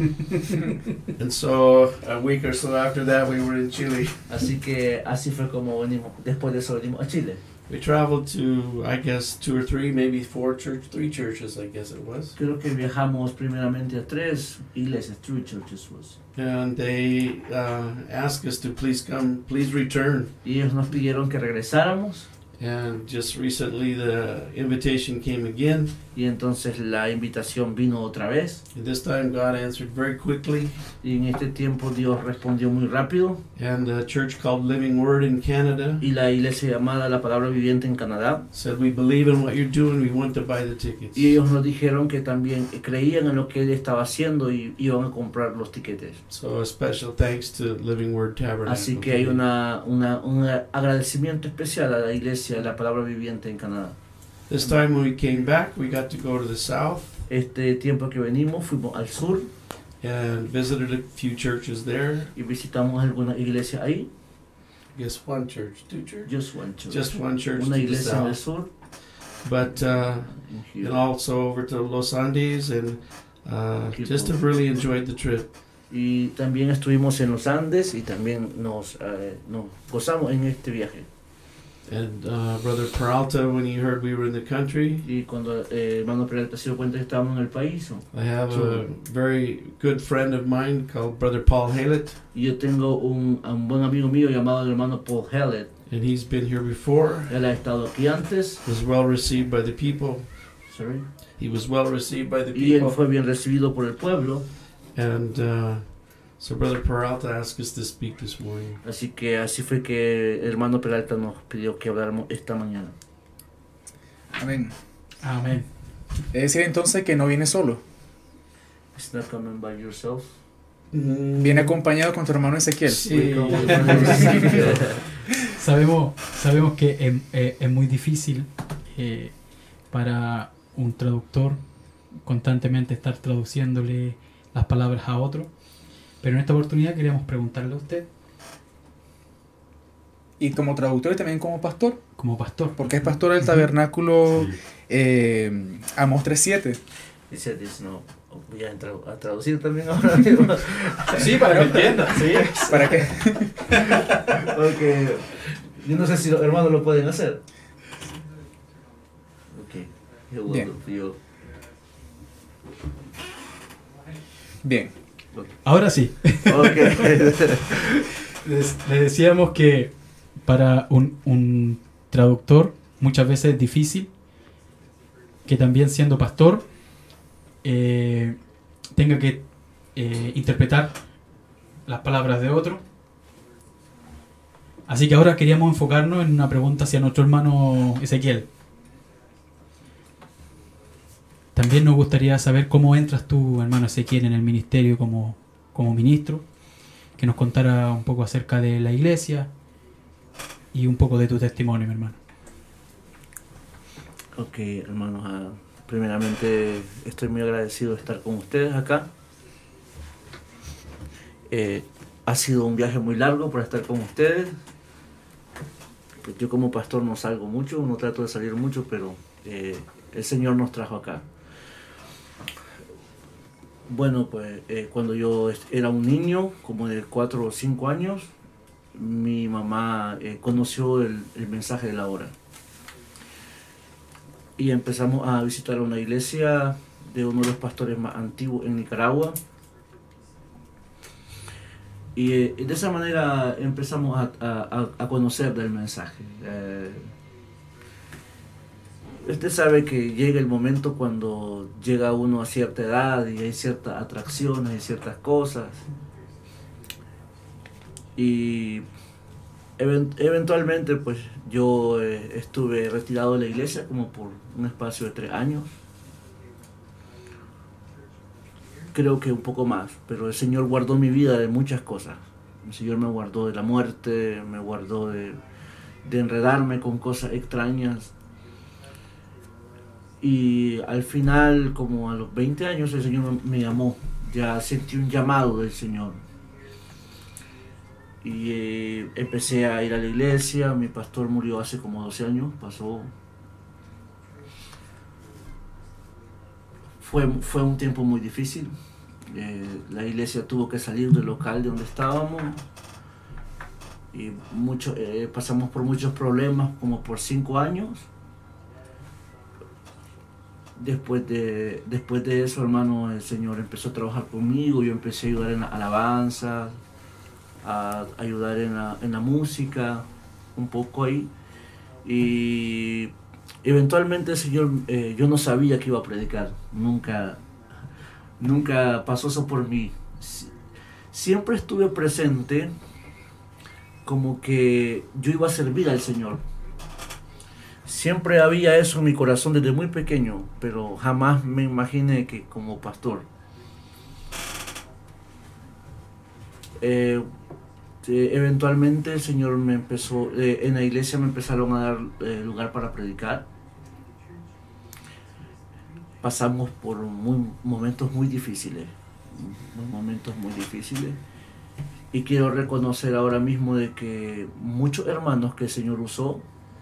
And so a week or so after that, we were in Chile. Así que así fue como venimos, después de eso venimos a Chile. We traveled to, I guess, 2 or 3, maybe 3 churches, I guess it was. Creo que viajamos primeramente a 3 iglesias, 3 churches was. And they asked us to please come, please return. Y ellos nos pidieron que regresáramos And just recently the invitation came again. y entonces la invitación vino otra vez. And this time God answered very quickly. Y en este tiempo Dios respondió muy rápido. And a church called Living Word in Canada Y la iglesia llamada La Palabra Viviente en Canadá. said, "We believe in what you're doing. We want to buy the tickets." Y ellos nos dijeron que también creían en lo que él estaba haciendo y iban a comprar los tiquetes. So a special thanks to Living Word Tabernacle. Así que hay un agradecimiento especial a la iglesia La Palabra Viviente en Canadá. This time when we came back, we got to go to the south Este tiempo que venimos fuimos al sur and visited a few churches there. y visitamos algunas iglesias ahí. I guess 1 church, 2 churches. Just one church. Just 1 church Una to the iglesia en el south. sur. But and also over to Los Andes, and just have People. really enjoyed the trip. Y también estuvimos en los Andes y también nos gozamos en este viaje. And Brother Peralta, when he heard we were in the country, Y cuando hermano Peralta se dio cuenta que estábamos en el país, I have a Sure. very good friend of mine called Brother Paul Halet, y yo tengo a un buen amigo mío llamado el hermano Paul Hallett. and he's been here before. Él ha estado aquí antes. Was well received by the people. Sorry. He was well received by the Y él people. fue bien recibido por el pueblo. And so Brother Peralta asked us to speak this morning. Así que así fue que el hermano Peralta nos pidió que habláramos esta mañana. Amén. Amén. Es decir entonces que no viene solo. It's not coming by yourself. Viene acompañado con tu hermano Ezequiel. Sí. Sabemos que es muy difícil para un traductor constantemente estar traduciéndole las palabras a otro, pero en esta oportunidad queríamos preguntarle a usted, Y como traductor y también como pastor, como pastor, porque es pastor del tabernáculo Amos 3:7. Dice, no, voy a entrar a traducir también ahora mismo. sí, para que entienda, sí. ¿Para qué? Porque yo no sé si los hermanos lo pueden hacer. Ok, yo will Bien. do for you. Bien. Ahora sí. Ok. Les decíamos que para un traductor muchas veces es difícil que también siendo pastor tenga que interpretar las palabras de otro. Así que ahora queríamos enfocarnos en una pregunta hacia nuestro hermano Ezequiel. También nos gustaría saber cómo entras tú, hermano Ezequiel, en el ministerio como ministro, que nos contara un poco acerca de la iglesia y un poco de tu testimonio, mi hermano. Ok, hermanos, primeramente estoy muy agradecido de estar con ustedes acá. Ha sido un viaje muy largo para estar con ustedes. Pues yo como pastor no salgo mucho, no trato de salir mucho, pero el Señor nos trajo acá. Bueno, pues cuando yo era un niño, como de 4 o 5 años, mi mamá conoció el mensaje de la hora. Y empezamos a visitar una iglesia de uno de los pastores más antiguos en Nicaragua. Y de esa manera empezamos a conocer del mensaje. Usted sabe que llega el momento cuando llega uno a cierta edad y hay ciertas atracciones y ciertas cosas. Y eventualmente pues yo estuve retirado de la iglesia como por un espacio de 3 años. Creo que un poco más, pero el Señor guardó mi vida de muchas cosas. El Señor me guardó de la muerte, me guardó de enredarme con cosas extrañas. Y al final, como a los 20 años, el Señor me llamó. Ya sentí un llamado del Señor. Y empecé a ir a la iglesia. Mi pastor murió hace como 12 años, pasó. Fue un tiempo muy difícil. La iglesia tuvo que salir del local de donde estábamos. Y pasamos por muchos problemas, como por 5 años. Después de eso, hermano, el Señor empezó a trabajar conmigo. Yo empecé a ayudar en la alabanza, a ayudar en la música, un poco ahí. Y eventualmente el Señor, yo no sabía que iba a predicar. Nunca pasó eso por mí. Siempre estuve presente como que yo iba a servir al Señor. Siempre había eso en mi corazón desde muy pequeño, pero jamás me imaginé que como pastor. Eventualmente el Señor me empezó, en la iglesia me empezaron a dar lugar para predicar. Pasamos por momentos muy difíciles, y quiero reconocer ahora mismo de que muchos hermanos que el Señor usó,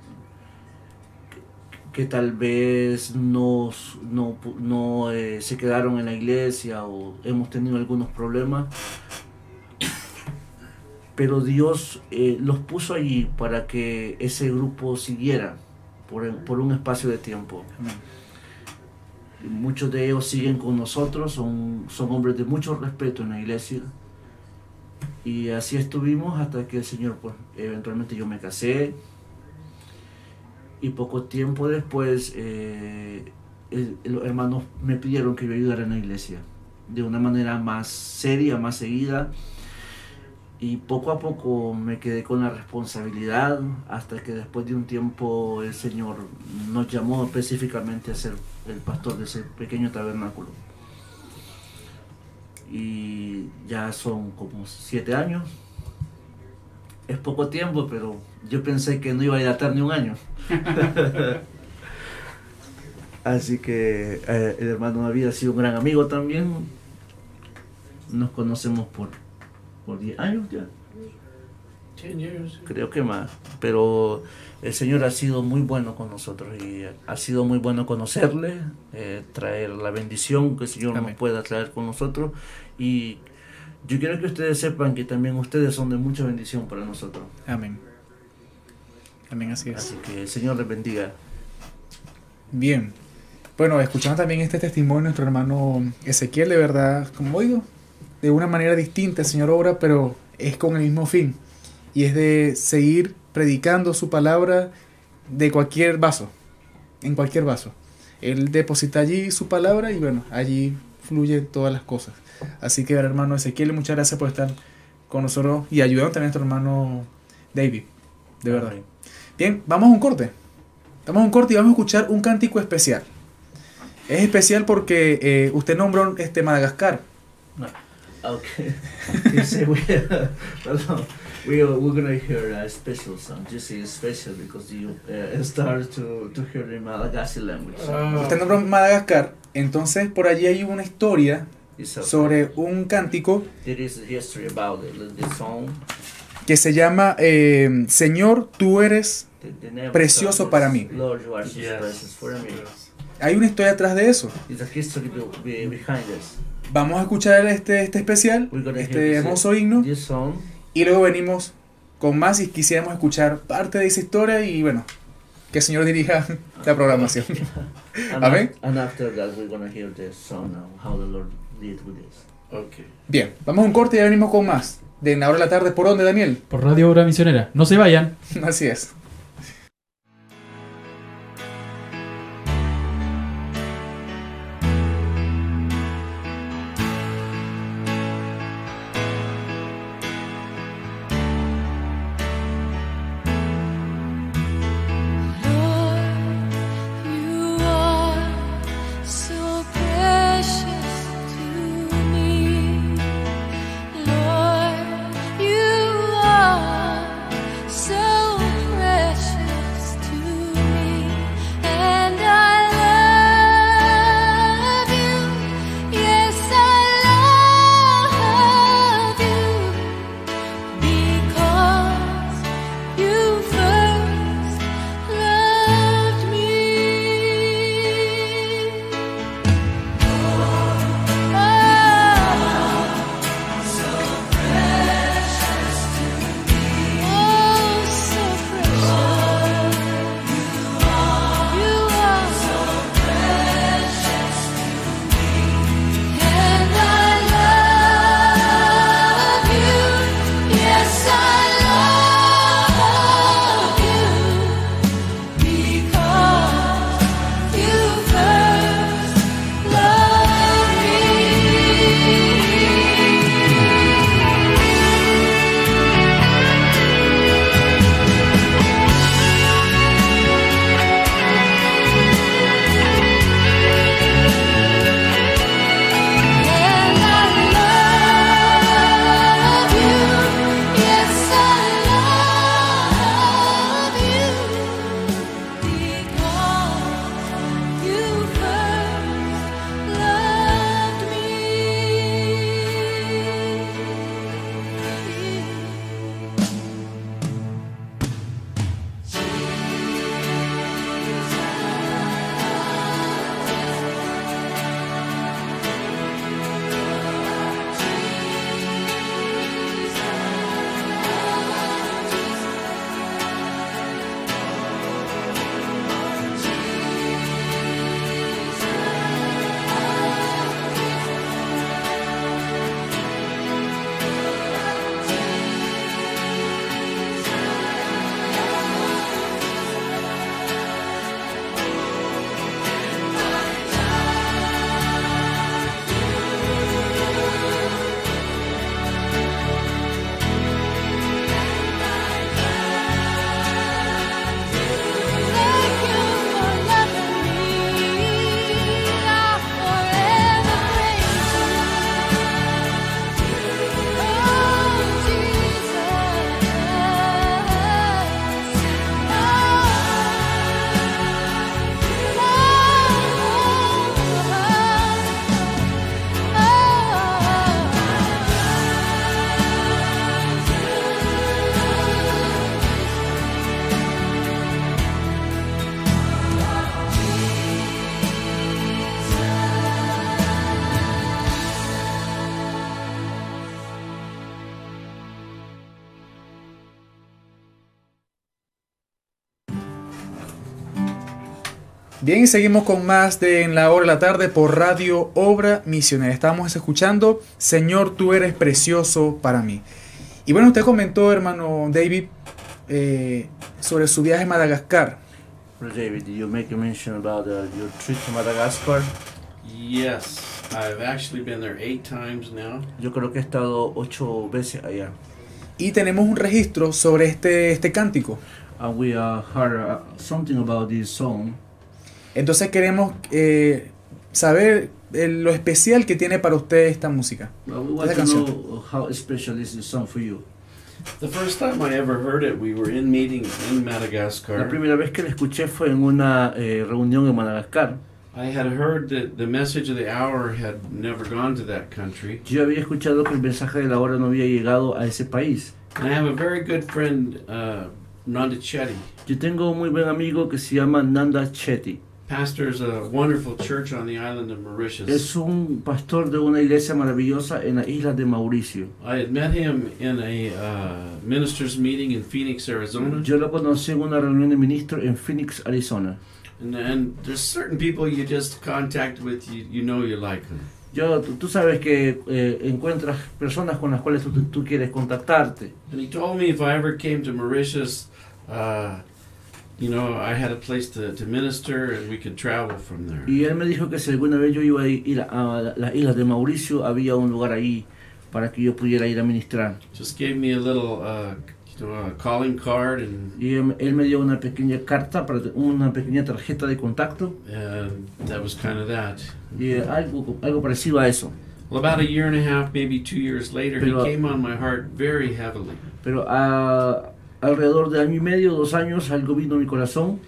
que tal vez no se quedaron en la iglesia o hemos tenido algunos problemas, pero Dios los puso allí para que ese grupo siguiera por un espacio de tiempo. Amén. Muchos de ellos siguen con nosotros, son hombres de mucho respeto en la iglesia. Y así estuvimos hasta que el Señor, pues, eventualmente yo me casé. Y poco tiempo después, los hermanos me pidieron que yo ayudara en la iglesia de una manera más seria, más seguida. Y poco a poco me quedé con la responsabilidad hasta que después de un tiempo el Señor nos llamó específicamente a ser el pastor de ese pequeño tabernáculo. Y ya son como 7 años. Es poco tiempo, pero yo pensé que no iba a dilatar ni un año. Así que el hermano David ha sido un gran amigo también. Nos conocemos por 10 años ya. 10 years. Creo que más. Pero el Señor ha sido muy bueno con nosotros y ha sido muy bueno conocerle, traer la bendición que el Señor Amén. nos pueda traer con nosotros. Y yo quiero que ustedes sepan que también ustedes son de mucha bendición para nosotros. Amén. Amén, así es. Así que el Señor les bendiga. Bien. Bueno, escuchando también este testimonio de nuestro hermano Ezequiel, de verdad, como digo, de una manera distinta el Señor obra, pero es con el mismo fin. Y es de seguir predicando su palabra de cualquier vaso, en cualquier vaso. Él deposita allí su palabra y bueno, allí fluyen todas las cosas. Así que, hermano Ezequiel, muchas gracias por estar con nosotros y ayudando también a nuestro hermano David, de verdad. Amén. Bien, vamos a un corte. Vamos a un corte y vamos a escuchar un cántico especial. Es especial porque usted nombró Madagascar. No. Okay. You say we're gonna hear a special song. Just say special because you start to hear the Malagasy language. Usted nombró Madagascar, entonces por allí hay una historia sobre un cántico There is a history about the song. que se llama Señor, tú eres The name of precioso the song para is mí. Lord, you are so Yes. precious for me. Hay una historia atrás de eso. It's a history behind this. Vamos a escuchar este especial, We're gonna este hear hermoso himno, this song. y luego venimos con más y quisiéramos escuchar parte de esa historia y bueno, que el Señor dirija la programación. And, Amén. and after that, we're gonna hear the song now, how the Lord did with this. Okay. Bien, vamos a un corte y ya venimos con más. De la hora de la tarde, ¿por dónde, Daniel? Por Radio Obra Misionera. No se vayan. Así es. You are so precious to me, Lord. You are so precious to me, and I love you. Yes, I love you because you first loved me. Oh, so precious. You are so precious to me, and I love you. Yes, I love you because you first loved me. And I love you. Yes, I love you because you first loved Thank you for loving me. I'll forever praise you. Oh, Bien, y seguimos con más de En la hora de la tarde por Radio Obra Misionera. Estábamos escuchando Señor, tú eres precioso para mí. Y bueno, usted comentó, hermano David, sobre su viaje a Madagascar. Brother David, did you make a mention about your trip to Madagascar? Yes, I've actually been there 8 times now. Yo creo que he estado 8 veces allá. Y tenemos un registro sobre este cántico. And we heard something about this song. Entonces queremos saber lo especial que tiene para usted esta música. Well, we want Esa to canción. know how special is this song for you. The first time I ever heard it, we were in meeting in La Madagascar. primera vez que la escuché fue en una reunión en Madagascar. I had heard that the message of the hour had never gone to that country. Yo había escuchado que el mensaje de la hora no había llegado a ese país. And I have a very good friend, Nanda Chetty. Yo tengo un muy buen amigo que se llama Nanda Chetty. Pastors a wonderful church on the island of Mauritius. Es un pastor de una iglesia maravillosa en la isla de Mauricio. I had met him in a ministers' meeting in Phoenix, Arizona. Yo lo conocí en una reunión de ministros en Phoenix, Arizona. And there's certain people you just contact with, you know you like them. Tú sabes que encuentras personas con las cuales tú quieres contactarte. And he told me if I ever came to Mauritius, you know, I had a place to minister and we could travel from there. Y él me dijo que si alguna vez yo iba a ir a las islas de Mauricio, había un lugar ahí para que yo pudiera ir a ministrar. Just gave me a little, you know, a calling card Y él me dio una pequeña carta, una pequeña tarjeta de contacto, and that was kind of that. y algo parecido a eso. Well, about a year and a half, maybe 2 years later, Pero- he came on my heart very heavily. Pero alrededor de año y medio, 2 años, algo vino a mi corazón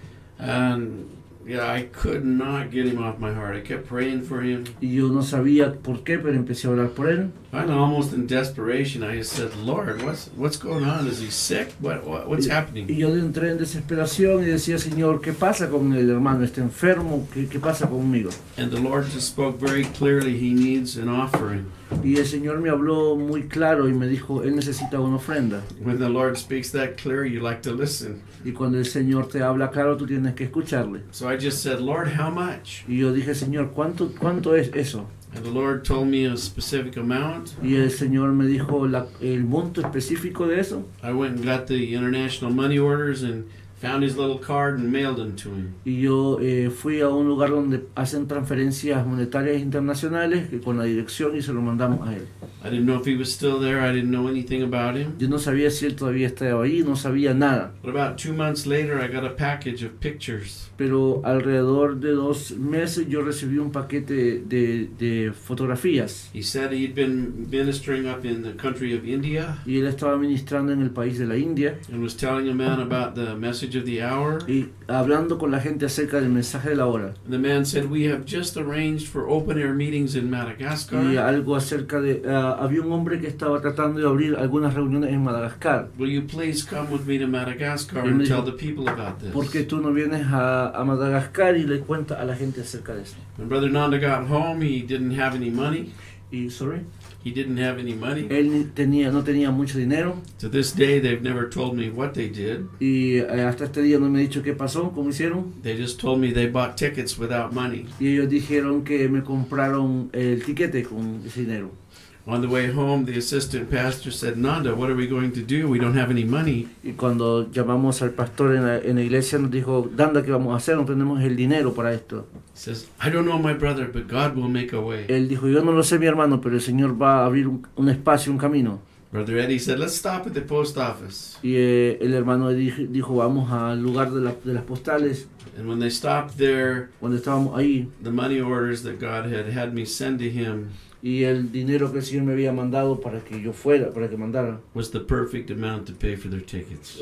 And yeah, I could not get him off my heart. I kept praying for him. y yo no sabía por qué, pero empecé a orar por él. Finally, almost in desperation, I just said, Lord, what's going on? Is he sick? What's Y happening? yo entré en desesperación y decía, Señor, ¿qué pasa con el hermano? ¿Está enfermo? ¿Qué pasa conmigo? And the Lord just spoke very clearly. He needs an offering. Y el Señor me habló muy claro y me dijo, él necesita una ofrenda. When the Lord speaks that clear, you like to listen. Y cuando el Señor te habla claro, tú tienes que escucharle. So I just said, Lord, how much? Y yo dije, Señor, ¿cuánto es eso? And the Lord told me a specific amount. Y el Señor me dijo el monto específico de eso. I went and got the international money orders and found his little card and mailed them to him. Y yo fui a un lugar donde hacen transferencias monetarias internacionales con la dirección y se lo mandamos a él. I didn't know if he was still there. I didn't know anything about him. Yo no sabía si él todavía estaba ahí, no sabía nada. But about 2 months later, I got a package of pictures. Pero alrededor de 2 meses yo recibí un paquete de fotografías. He said he'd been ministering up in the country of India Y él estaba ministrando en el país de la India and was telling a man about the message of the hour. y hablando con la gente acerca del mensaje de la hora. And the man said, we have just arranged for open air meetings in Madagascar. Y algo acerca de... había un hombre que estaba tratando de abrir algunas reuniones en Madagascar. Will you please come with me to Madagascar Y me and tell dijo, the people about this? ¿Por qué tú no vienes a Madagascar y le cuentas a la gente acerca de eso? When Brother Nanda got home, he didn't have any money. Y, sorry, He didn't have any money. él no tenía mucho dinero To this day, they've never told me what they did. y hasta este día no me ha dicho qué pasó, cómo hicieron. They just told me they bought tickets without money. Y ellos dijeron que me compraron el tiquete con ese dinero. On the way home, the assistant pastor said, Nanda, what are we going to do? We don't have any money. Y cuando llamamos al pastor en la iglesia nos dijo, Danda, ¿qué vamos a hacer? No tenemos el dinero para esto. He says, I don't know, my brother, but God will make a way. Él dijo, yo no lo sé, mi hermano, pero el Señor va a abrir un espacio, un camino. Brother Eddie said, let's stop at the post office. Y el hermano dijo, vamos al lugar de las postales. And when they stopped there, Cuando estábamos ahí, the money orders that God had me send to him y el dinero que el Señor me había mandado para que yo fuera, para que mandara. was the perfect amount to pay for their tickets.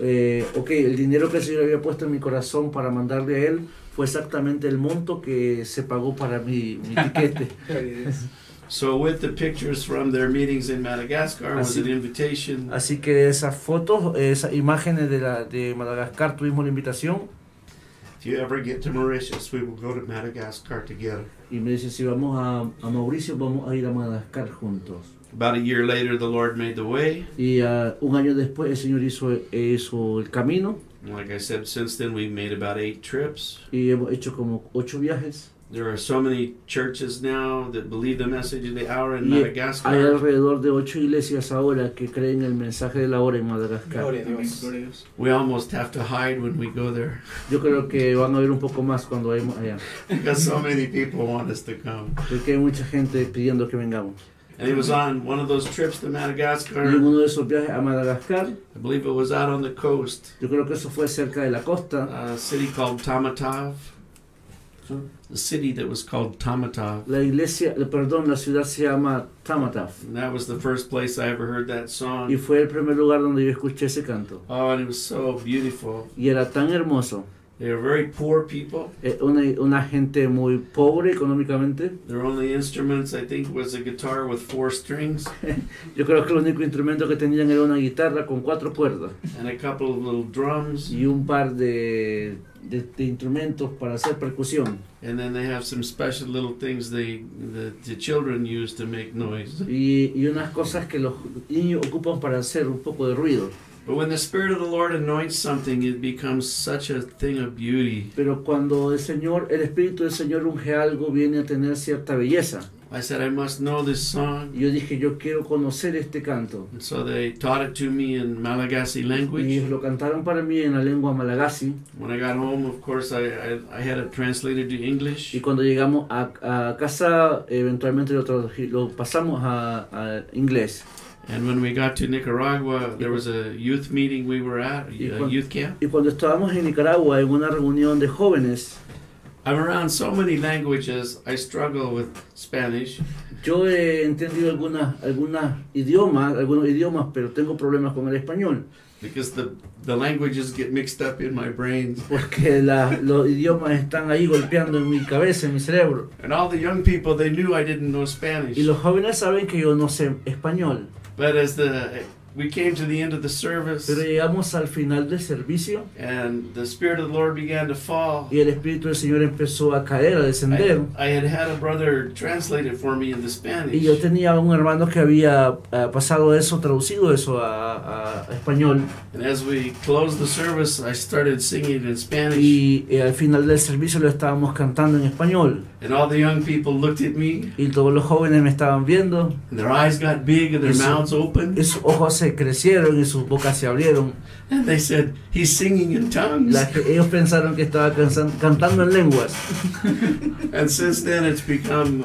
El dinero que el Señor había puesto en mi corazón para mandarle a él fue exactamente el monto que se pagó para mi tiquete. So with the pictures from their meetings in Madagascar was Así- an invitation. Así que esas fotos, esas imágenes de Madagascar, tuvimos la invitación If you ever get to Mauritius, we will go to Madagascar together. y me dice, si vamos a Mauricio, vamos a ir a Madagascar juntos. About a year later, the Lord made the way. Y un año después el Señor hizo el camino And like I said, since then we've made about 8 trips. y hemos hecho como 8 viajes. There are so many churches now that believe the message of the hour in Y hay Madagascar. alrededor de 8 iglesias ahora que creen el mensaje de la hora en Madagascar. Gloria a Dios. Gloria a Dios. We almost have to hide when we go there Yo creo que van a ver un poco más cuando vayamos allá, because so many people want us to come. porque hay mucha gente pidiendo que vengamos. And it was on one of those trips to Y Madagascar. en uno de esos viajes a Madagascar, I believe it was out on the coast, yo creo que eso fue cerca de la costa, a city called Tamatave. the city that was called Tamatov. La ciudad se llama Tamataf. And that was the first place I ever heard that Y song. fue el primer lugar donde yo escuché ese canto. Oh, and it was so beautiful. Y era tan hermoso. They were very poor people. Una gente muy pobre económicamente. Their only instruments, I think, was a guitar with 4 strings Yo creo que el único instrumento que tenían era una guitarra con 4 cuerdas and a couple of little drums. y un par de instrumentos para hacer percusión. And then they have some special little things the children use to make noise. Y unas cosas que los niños ocupan para hacer un poco de ruido. But when the Spirit of the Lord anoints something, it becomes such a thing of beauty. Pero cuando el Espíritu del Señor unge algo, viene a tener cierta belleza. I said, I must know this song. Y yo dije, yo quiero conocer este canto. And so they taught it to me in Malagasy Y language. lo cantaron para mí en la lengua malagasy. When I got home, of course, I had it translated to English. Y cuando llegamos a casa, eventualmente lo pasamos a inglés. And when we got to Nicaragua, there was a youth meeting we were at, a youth camp. Y cuando estábamos en Nicaragua, en una reunión de jóvenes, I'm around so many languages, I struggle with Spanish. yo he entendido algunos idiomas, pero tengo problemas con el español. Because the languages get mixed up in my brain. Porque los idiomas están ahí golpeando en mi cabeza, en mi cerebro. And all the young people, they knew I didn't know Spanish. Y los jóvenes saben que yo no sé español. But as we came to the end of the service, Pero llegamos al final del servicio and the Spirit of the Lord began to fall, y el Espíritu del Señor empezó a caer, a descender. I had a brother translate it for me into Y Spanish. yo tenía un hermano que había pasado eso, traducido eso a español. And as we closed the service, I started singing in Spanish. Y al final del servicio lo estábamos cantando en español. And all the young people looked at me, Y todos los jóvenes me estaban viendo. and their eyes got big and their Eso- mouths open. Y sus ojos se crecieron y sus bocas se abrieron. And they said, he's singing in tongues. Ellos pensaron que estaba cantando en lenguas. And since then, it's become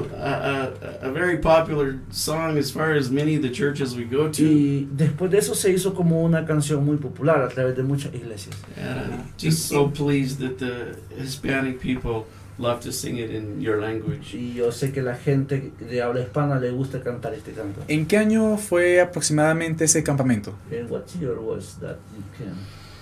a very popular song as far as many of the churches we go to. Y después de eso se hizo como una canción muy popular a través de muchas iglesias. And I'm just so pleased that the Hispanic people love to sing it in your language. Y yo sé que la gente de habla hispana le gusta cantar este canto. ¿En qué año fue aproximadamente ese campamento? And what year was that you can?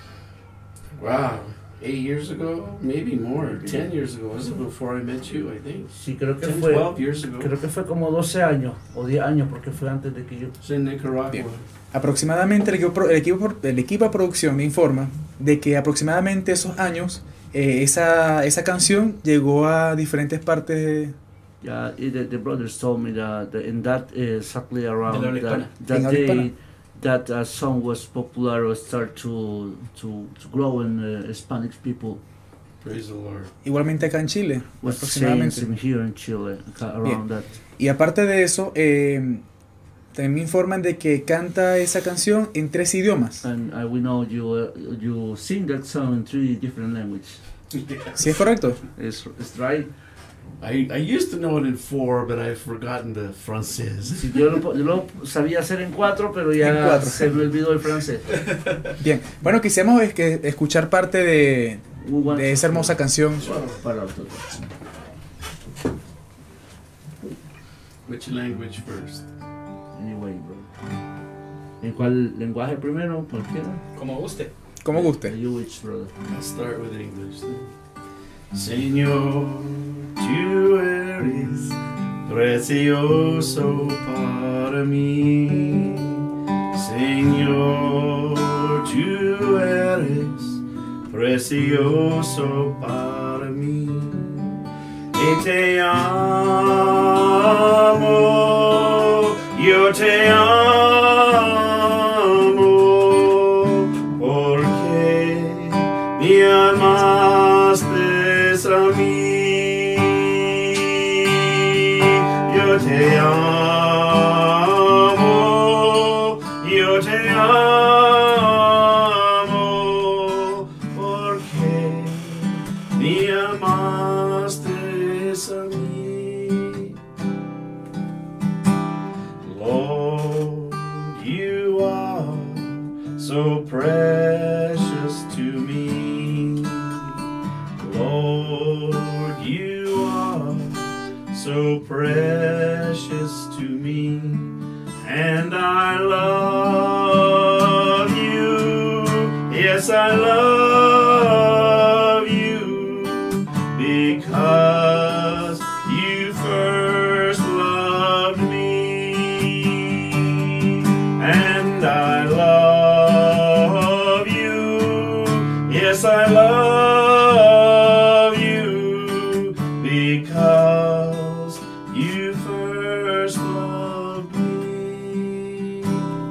Wow. 8 years ago? Maybe more. 10 years ago. Was it before I met you, I think? Sí, creo que 10, fue 12 years ago. creo que fue como 12 años o 10 años porque fue antes de que yo. It's in Nicaragua. Bien. Aproximadamente el equipo de producción me informa de que aproximadamente esos años esa canción llegó a diferentes partes Yeah, the brothers told me that in that exactly around De la habla that, hispana. that En habla day hispana. that song was popular or start to grow in Spanish people. Praise the Lord. igualmente acá en Chile. Was Aproximadamente. same here in Chile around that. Y aparte de eso, también me informan de que canta esa canción en 3 idiomas. And we know you sing that song in 3 different languages. ¿Sí es correcto? It's right. I used to know it in 4, but I've forgotten the francés. Sí, yo lo sabía hacer en 4, pero ya En 4. se me olvidó el francés. Bien. Bueno, quisiéramos escuchar parte de esa hermosa canción. Para nosotros. Which language first? Anyway, bro. ¿En cuál lenguaje primero? Cualquiera. Como guste. Como guste. You which, brother. I'll start with English then. Señor, tú eres precioso para mí. Señor, tú eres precioso para mí. Y te amo, yo te amo, porque me amaste a mí. Yo te amo, yo te amo, porque me amaste a mí. Lord, you are so precious to me. Lord, you so precious to me, and I love you. Yes, I love you because you first loved me, and I love you. Yes, I love you because you first loved me.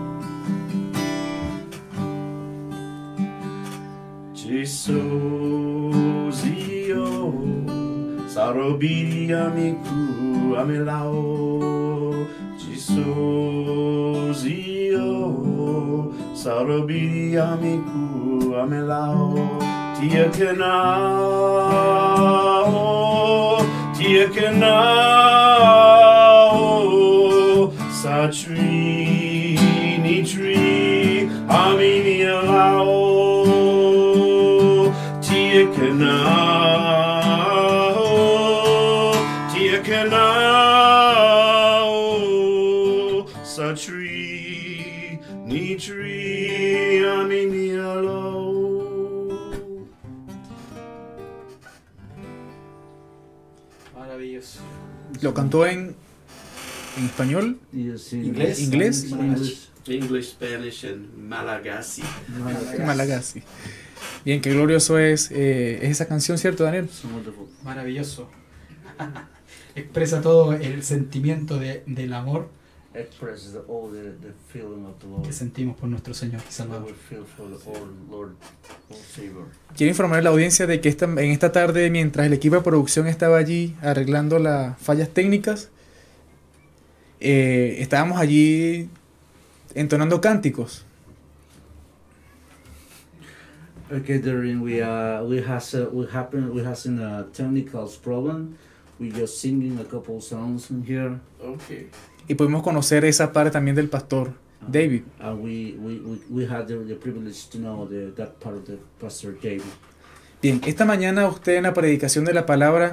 Jesosio, sarobiri amiku amelao. Jesosio, sarobiri amiku amelao. Tiekenao, sa trini amini alao. Tiekenao, sa trini amini alao. Maravilloso. Lo cantó en español, Yes, Inglés. inglés, English, Spanish, and Malagasy. Malagasy. Bien, qué glorioso es esa canción, ¿cierto, Daniel? It's wonderful. Maravilloso. Expresa todo el sentimiento del amor Expresses all the feeling of the Lord. que sentimos por nuestro Señor y That Salvador. we feel for the Lord, our Savior. Quiero informar a la audiencia de que en esta tarde, mientras el equipo de producción estaba allí arreglando las fallas técnicas, estábamos allí entonando cánticos. Okay, during we has a technical problem. We just singing a couple songs in here. Okay. Y pudimos conocer esa parte también del pastor David. And we had the privilege to know that part of the Pastor David. Bien, esta mañana usted en la predicación de la palabra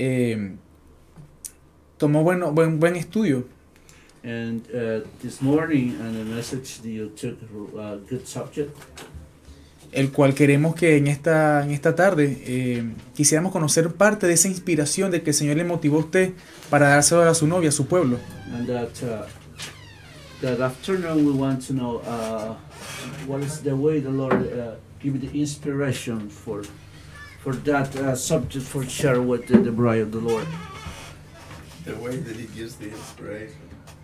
tomó buen estudio. And this morning, and the message that you took a good subject. El cual queremos que en esta tarde quisiéramos conocer parte de esa inspiración de que el Señor le motivó a usted para dárselo a su novia, a su pueblo. And that afternoon we want to know what is the way the Lord give you the inspiration for that subject for share with the bride of the Lord. The way that he gives the inspiration.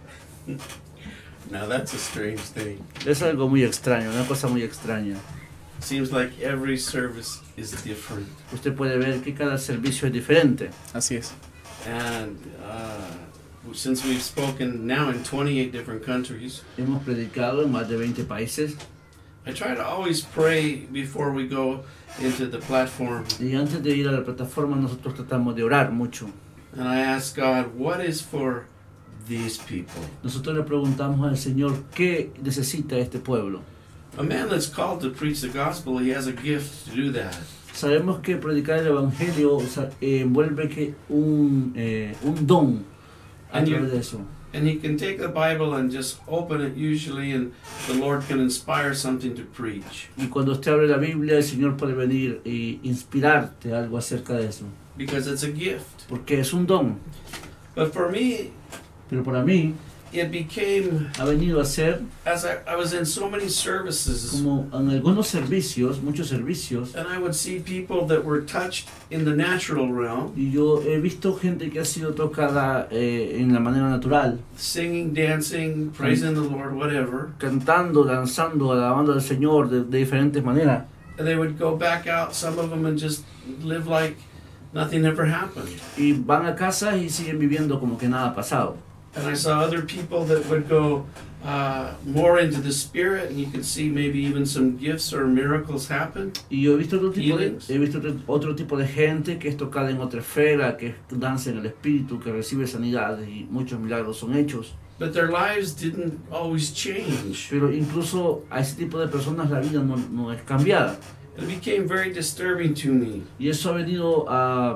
Now that's a strange thing. Es algo muy extraño, una cosa muy extraña. Seems like every service is different. Usted puede ver que cada servicio es diferente. Así es. And since we've spoken now in 28 different countries, Hemos predicado en más de 20 países I try to always pray before we go into the platform. y antes de ir a la plataforma nosotros tratamos de orar mucho. And I ask God, what is for these people? Nosotros le preguntamos al Señor qué necesita este pueblo. A man that's called to preach the gospel, he has a gift to do that. Sabemos que predicar el evangelio envuelve que un don a And you- través de eso. And he can take the Bible and just open it usually, and the Lord can inspire something to preach. Y cuando usted abre la Biblia, el Señor puede venir e inspirarte algo acerca de eso. Because it's a gift. Porque es un don. But for me, Pero para mí it became, ha venido a ser as I was in so many services, como en algunos servicios, muchos servicios, and I would see people that were touched in the natural realm, y yo he visto gente que ha sido tocada en la manera natural, singing, dancing, praising the Lord, whatever. cantando, danzando, alabando al Señor de diferentes maneras. And they would go back out, some of them, and just live like nothing ever happened. Y van a casa y siguen viviendo como que nada ha pasado. And I saw other people that would go more into the spirit, and you could see maybe even some gifts or miracles happen. Y yo he visto Healings. otro tipo de gente que es tocada en otra esfera, que danza en el espíritu, que recibe sanidades y muchos milagros son hechos. But their lives didn't always change. Pero incluso a ese tipo de personas la vida no es cambiada. It became very disturbing to me. Y eso ha venido a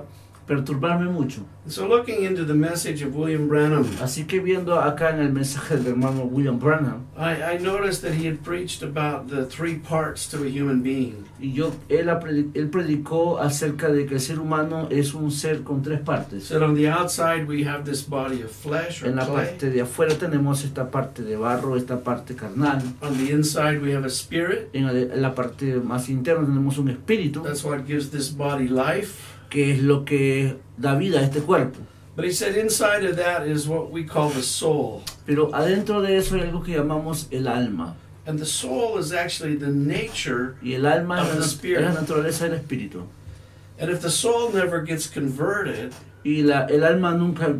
perturbarme mucho. So looking into the message of William Branham, Así que viendo acá en el mensaje del hermano William Branham, I noticed that he had preached about the 3 parts to a human being. y él predicó acerca de que el ser humano es un ser con 3 partes. Said on the outside we have this body of flesh or En la clay. parte de afuera tenemos esta parte de barro, esta parte carnal. On the inside we have a spirit. En la parte más interna tenemos un espíritu, That's what gives this body life. que es lo que da vida a este cuerpo. But he said inside of that is what we call the soul. Pero adentro de eso hay algo que llamamos el alma. And the soul is actually the nature. Y el alma Of the es spirit. la naturaleza del espíritu. And if the soul never gets converted, Y el alma nunca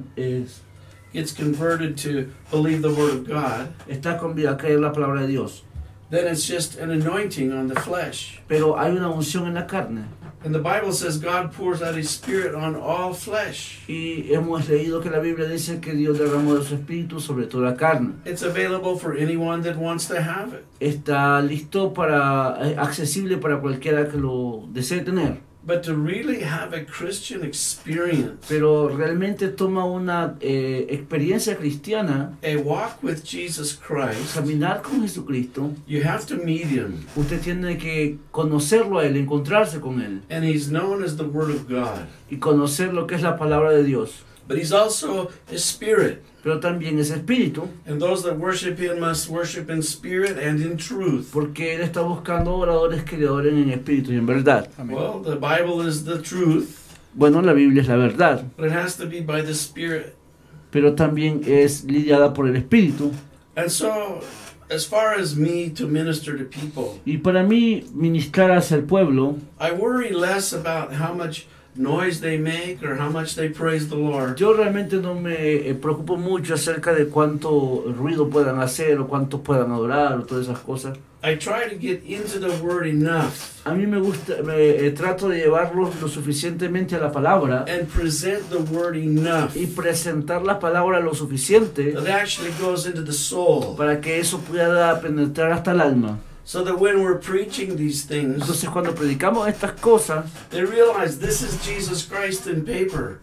gets converted to believe the word of God, está con vida a creer la palabra de Dios. then it's just an anointing on the flesh. Pero hay una unción en la carne. And the Bible says God pours out his spirit on all flesh. Y hemos leído que la Biblia dice que Dios derramó de su espíritu sobre toda la carne. It's available for anyone that wants to have it. Está listo accesible para cualquiera que lo desee tener. But to really have a Christian experience, Pero realmente toma una experiencia cristiana, a walk with Jesus Christ, caminar con Jesucristo. you have to meet him. Usted tiene que conocerlo a Él, encontrarse con Él And he's known as the Word of God. y conocer lo que es la palabra de Dios. But he's also a spirit. Pero también es espíritu, And those that worship him must worship in spirit and in truth. porque Él está buscando oradores que le adoren en espíritu y en verdad. Amén. Well, the Bible is the truth, Bueno, la Biblia es la verdad, but it has to be by the Spirit. pero también es lidiada por el espíritu. And so, as far as me to minister to people, Y para mí, ministrar hacia el pueblo, I worry less about how much noise they make or how much they praise the Lord. yo realmente no me preocupo mucho acerca de cuánto ruido puedan hacer o cuántos puedan adorar o todas esas cosas. I try to get into the Word enough A mí me gusta, trato de llevarlos lo suficientemente a la palabra and present the Word enough y presentar la palabra lo suficiente that actually goes into the soul, para que eso pueda penetrar hasta el alma. so that when we're preaching these things, Entonces cuando predicamos estas cosas, they realize this is Jesus Christ in paper,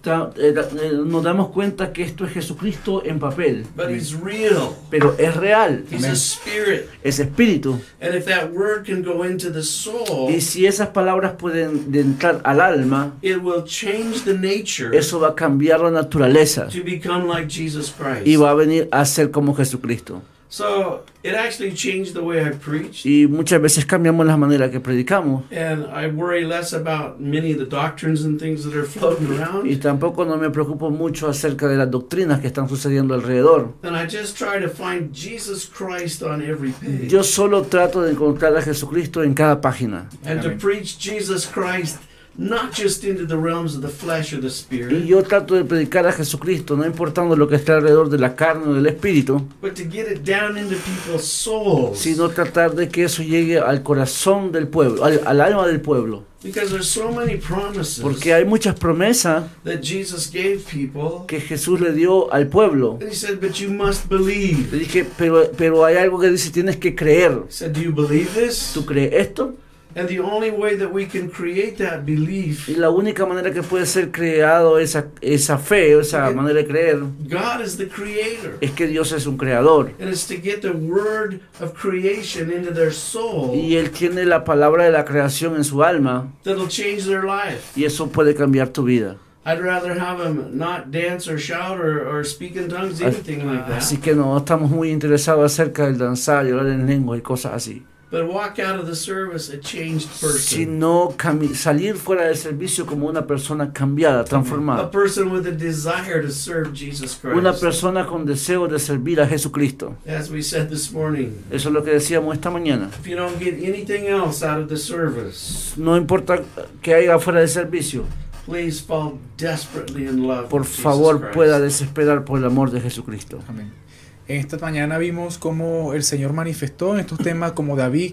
nos damos cuenta que esto es Jesucristo en papel, but he's real. pero es real, He's a spirit. es espíritu. And if that word can go into the soul, Y si esas palabras pueden entrar al alma, it will change the nature eso va a cambiar la naturaleza to become like Jesus Christ. y va a venir a ser como Jesucristo. So it actually changed the way I preached. Y muchas veces cambiamos la manera que predicamos. And I worry less about many of the doctrines and things that are floating Y around. tampoco no me preocupo mucho acerca de las doctrinas que están sucediendo alrededor. And I just try to find Jesus Christ on every page. Yo solo trato de encontrar a Jesucristo en cada página. And to Amén. preach Jesus Christ not just into the realms of the flesh or the Y spirit, yo trato de predicar a Jesucristo, no importando lo que esté alrededor de la carne o del espíritu, but to get it down into people's souls. sino tratar de que eso llegue al corazón del pueblo, al alma del pueblo. Because there's so many promises Porque hay muchas promesas that Jesus gave people. que Jesús le dio al pueblo. And he said, but you must believe. Le dije, pero hay algo que dice, tienes que creer. He said, do you believe this? ¿Tú crees esto? And the only way that we can create that belief, Y la única manera que puede ser creado esa fe, esa manera de creer, God is the creator. es que Dios es un creador. And it's to get the word of creation into their soul Y Él tiene la palabra de la creación en su alma. that'll change their life. Y eso puede cambiar tu vida. I'd rather have them not dance or shout or speak in tongues, anything like Así that, que no estamos muy interesados acerca del danzar y hablar en lenguas y cosas así. but walk out of the service a changed person. Sino salir fuera del servicio como una persona cambiada, A transformada. person with a desire to serve Jesus Una Christ. persona con deseo de servir a Jesucristo. As we said this morning, Eso es lo que decíamos esta mañana. if you don't get anything else out of the service, No importa que haya fuera del servicio, please fall desperately in love por with Jesus favor Christ. pueda desesperar por el amor de Jesucristo. Amén. Esta mañana vimos cómo el Señor manifestó en estos temas como David,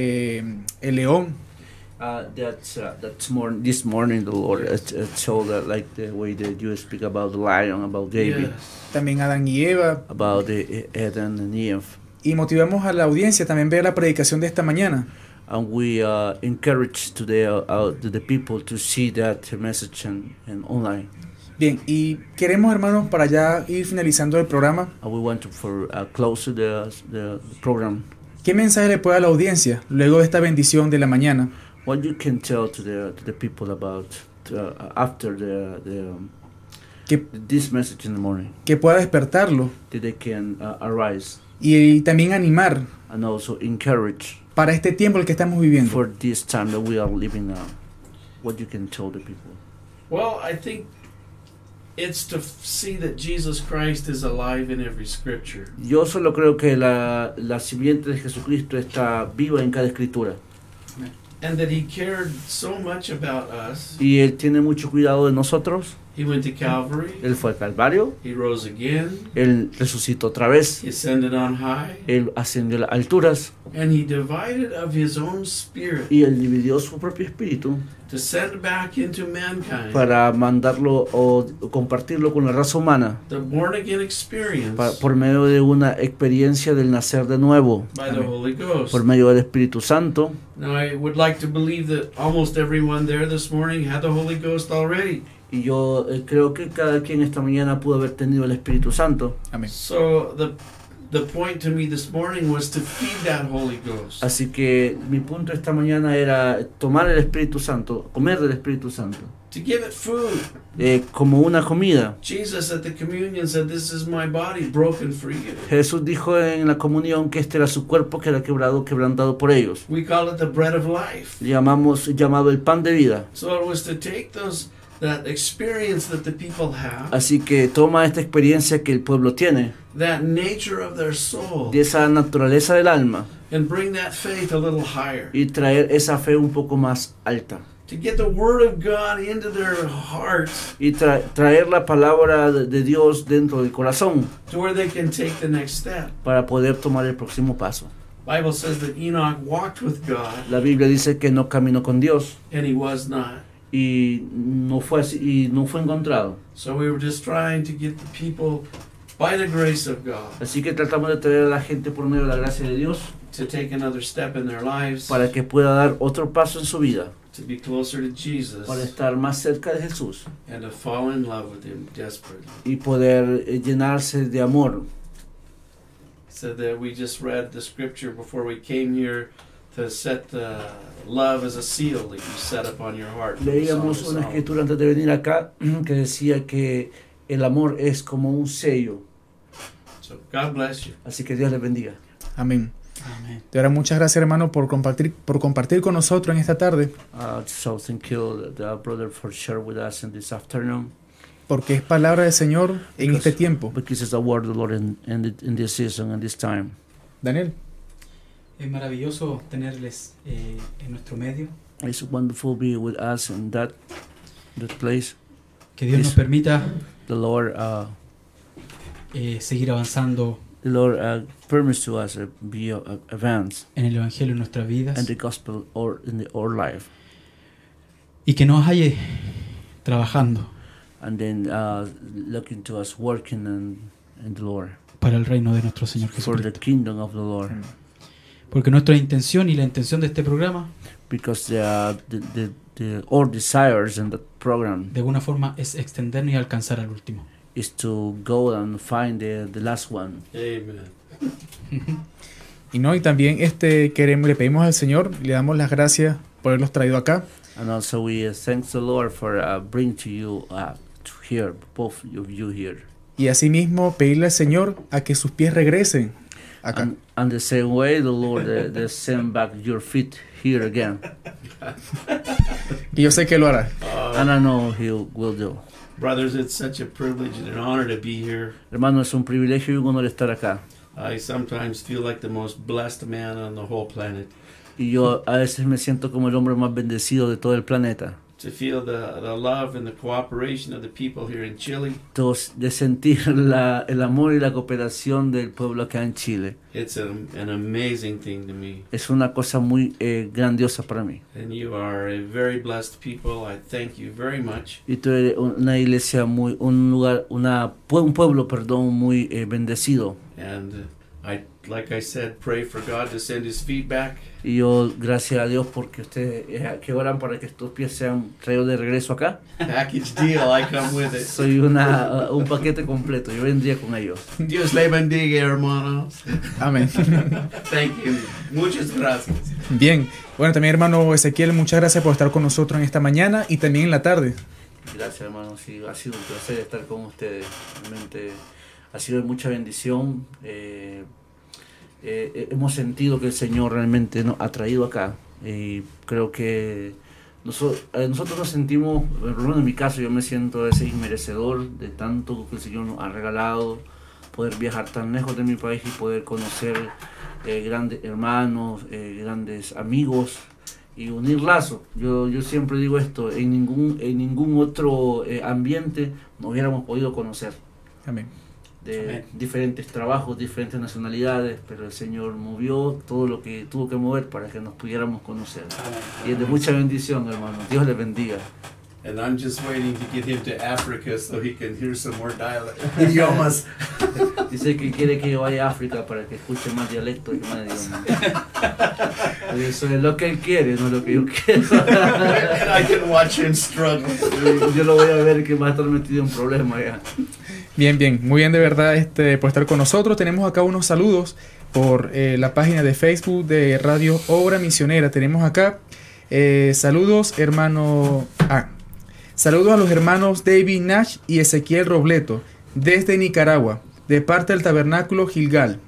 el león. This morning the Lord showed that like the way that you speak about the lion, about David, Yes. También Adán y Eva. about the Adam and Eve. Y motivamos a la audiencia también ver la predicación de esta mañana. and we encourage to the people to see that message and online. Bien, y queremos, hermanos, para ya ir finalizando el programa, And we want to close the program. ¿qué mensaje le puede dar a la audiencia luego de esta bendición de la mañana? What you can tell to the people about after Que, this message in the morning, que pueda despertarlo that they can arise y también animar and also encourage para este tiempo en el que estamos viviendo. for this time that we are living now. What you can tell the people. Well, I think it's to see that Jesus Christ is alive in every scripture. Yo solo creo que la simiente de Jesucristo está viva en cada escritura. And that he cared so much about us. Y Él tiene mucho cuidado de nosotros. He went to Calvary. Él fue al Calvario. He rose again. Él resucitó otra vez. He ascended on high. Él ascendió a las alturas. And he divided of his own spirit Y Él dividió su propio espíritu to send back into mankind para mandarlo o compartirlo con la raza humana the born again experience por medio de una experiencia del nacer de nuevo, by the Holy Ghost. por medio del Espíritu Santo. Now, I would like to believe that almost everyone there this morning had the Holy Ghost already. Y yo creo que cada quien esta mañana pudo haber tenido el Espíritu Santo. Amén. So the point to me this morning was to feed that Holy Ghost. Así que mi punto esta mañana era tomar el Espíritu Santo, comer del Espíritu Santo, To give it food. como una comida. Jesus at the communion said, "This is my body broken for you." Jesús dijo en la comunión que este era su cuerpo que era quebrantado por ellos. We call it the bread of life. Llamado el pan de vida. So it was to take that experience that the people have, Así que toma esta experiencia que el pueblo tiene, that nature of their soul, de esa naturaleza del alma, and bring that faith a little higher. y traer esa fe un poco más alta. To get the word of God into their hearts, Y traer la palabra de Dios dentro del corazón to where they can take the next step. para poder tomar el próximo paso. Bible says that Enoch walked with God, La Biblia dice que no caminó con Dios and he was not. y no fue encontrado. So we were just trying to get the people, by the grace of God, Así que tratamos de traer a la gente por medio de la gracia de Dios to take another step in their lives, para que pueda dar otro paso en su vida, to be closer to Jesus, para estar más cerca de Jesús and to fall in love with him desperately. y poder llenarse de amor. So that we just read the scripture before we came here to set the love as a seal that you set upon your heart. Leíamos una escritura antes de venir acá que decía que el amor es como un sello. So God bless you. Así que Dios les bendiga. Amén. Amén. De verdad, muchas gracias, hermano, por compartir con nosotros en esta tarde, So thank you, the brother, for sharing with us in this afternoon. porque es palabra del Señor en este tiempo. Because it's the word of the Lord in this season and this time. Daniel. Es maravilloso tenerles en nuestro medio. It's wonderful to be with us in that place. Que Dios nos permita The Lord, seguir avanzando permits to us be advanced en el Evangelio en nuestras vidas in the gospel or in our life, y que nos halle trabajando and then looking to us working in the Lord para el reino de nuestro Señor for the Jesucristo. kingdom of the Lord. Porque nuestra intención y la intención de este programa Because our desires in the program de alguna forma es extendernos y alcanzar al último. is to go and find the last one. Amen. Y también le pedimos al Señor, le damos las gracias por haberlos traído acá. And also we thank the Lord for bringing to you to here, both of you here. Y asimismo pedirle al Señor a que sus pies regresen acá. And the same way, the Lord send back your feet here again. Y yo sé que lo hará. And I know He will do. Brothers, it's such a privilege and an honor to be here. Hermano, es un privilegio y un honor estar acá. I sometimes feel like the most blessed man on the whole planet. Y yo a veces me siento como el hombre más bendecido de todo el planeta. To feel the love and the cooperation of the people here in Chile. De sentir el amor y la cooperación del pueblo acá en Chile. It's an amazing thing to me. Es una cosa muy grandiosa para mí. And you are a very blessed people. I thank you very much. Y tú eres una iglesia un pueblo, muy bendecido. And I like I said, pray for God to send His feet back. Y yo, gracias a Dios, porque ustedes que oran para que estos pies sean traídos de regreso acá. Package deal, I come with it. Soy un paquete completo, yo vendría con ellos. Dios le bendiga, hermanos. Amén. Thank you. Muchas gracias. Bien. Bueno, también hermano Ezequiel, muchas gracias por estar con nosotros en esta mañana y también en la tarde. Gracias, hermano, sí, ha sido un placer estar con ustedes. Realmente ha sido de mucha bendición. Hemos sentido que el Señor realmente nos ha traído acá. Y creo que nosotros nos sentimos, por lo menos en mi caso, yo me siento ese inmerecedor de tanto que el Señor nos ha regalado, poder viajar tan lejos de mi país y poder conocer grandes hermanos, grandes amigos y unir lazos. Yo siempre digo esto, en ningún otro ambiente nos hubiéramos podido conocer. Amén. De diferentes trabajos, diferentes nacionalidades, pero el Señor movió todo lo que tuvo que mover para que nos pudiéramos conocer. Y es de mucha bendición, hermano. Dios les bendiga. And I'm just waiting to get him to Africa so he can hear some more idiomas. Dice que quiere que yo vaya a África para que escuche más dialectos y más idiomas. Eso es lo que él quiere, no lo que yo quiero. And I can watch him struggle. Yo lo voy a ver que va a estar metido en problemas ya. Bien, bien. Muy bien de verdad por estar con nosotros. Tenemos acá unos saludos por la página de Facebook de Radio Obra Misionera. Tenemos acá saludos, hermano... saludos a los hermanos David Nash y Ezequiel Robleto desde Nicaragua, de parte del Tabernáculo Gilgal.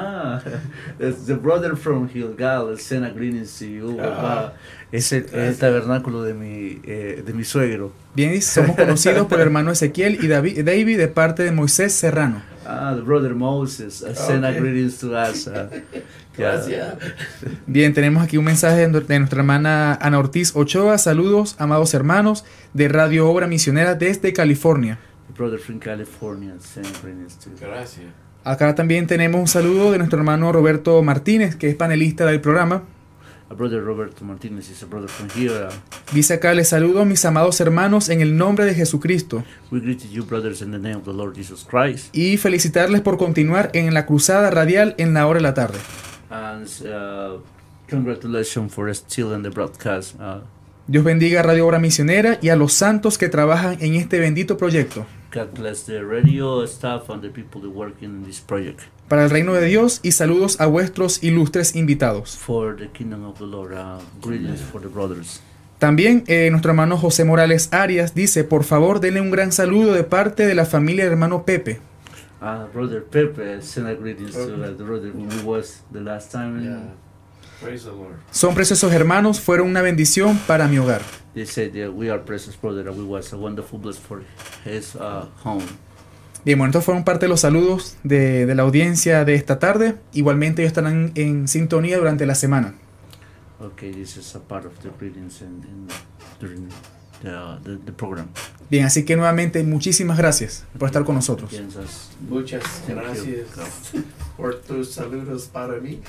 It's the brother from Gilgal, send a greetings to you. Es el tabernáculo de mi suegro. Bien, somos conocidos por el hermano Ezequiel y David de parte de Moisés Serrano. The brother Moses, send a greetings to us. Gracias. Bien, tenemos aquí un mensaje de nuestra hermana Ana Ortiz Ochoa. Saludos, amados hermanos de Radio Obra Misionera desde California. The brother from California, send greetings to you. Gracias. Acá también tenemos un saludo de nuestro hermano Roberto Martínez, que es panelista del programa. A brother Roberto Martinez is a brother from here. Dice acá, les saludo a mis amados hermanos en el nombre de Jesucristo. We greet you, brothers, in the name of the Lord Jesus Christ. Y felicitarles por continuar en la cruzada radial en la hora de la tarde. And congratulations for still in the broadcast. Dios bendiga a Radio Obra Misionera y a los santos que trabajan en este bendito proyecto. God bless the radio staff and the people that work in this project. Para el reino de Dios y saludos a vuestros ilustres invitados. For the kingdom of the Lord, greetings for the brothers. También nuestro hermano José Morales Arias dice, por favor denle un gran saludo de parte de la familia del hermano Pepe. Brother Pepe, send a greetings to the brother who was the last time. Yeah. Praise the Lord. Son preciosos hermanos, fueron una bendición para mi hogar. They said that we are precious brother and we was a wonderful blessing for his home. Bien, bueno, estos fueron parte de los saludos de la audiencia de esta tarde. Igualmente ellos estarán en sintonía durante la semana. Okay, this is a part of the greetings during the program. Bien, así que nuevamente muchísimas gracias por estar con nosotros. Muchas Thank you. gracias por tus saludos para mí.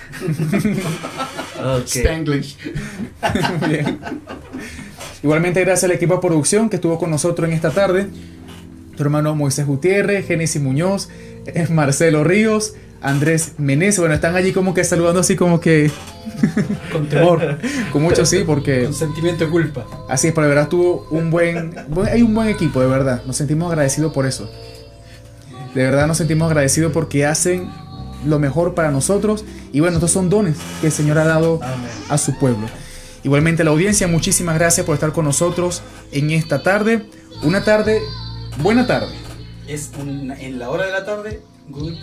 Okay. Spanglish. Bien. Igualmente gracias al equipo de producción que estuvo con nosotros en esta tarde. Tu hermano Moisés Gutiérrez, Génesis Muñoz, Marcelo Ríos, Andrés Meneses. Bueno, están allí como que saludando así como que... Con temor, con mucho sí, porque... con sentimiento de culpa. Así es, pero de verdad tuvo hay un buen equipo, de verdad. Nos sentimos agradecidos por eso. De verdad nos sentimos agradecidos porque hacen lo mejor para nosotros. Y bueno, estos son dones que el Señor ha dado a su pueblo. Igualmente la audiencia, muchísimas gracias por estar con nosotros en esta tarde. Una tarde, buena tarde. Es en la hora de la tarde, good.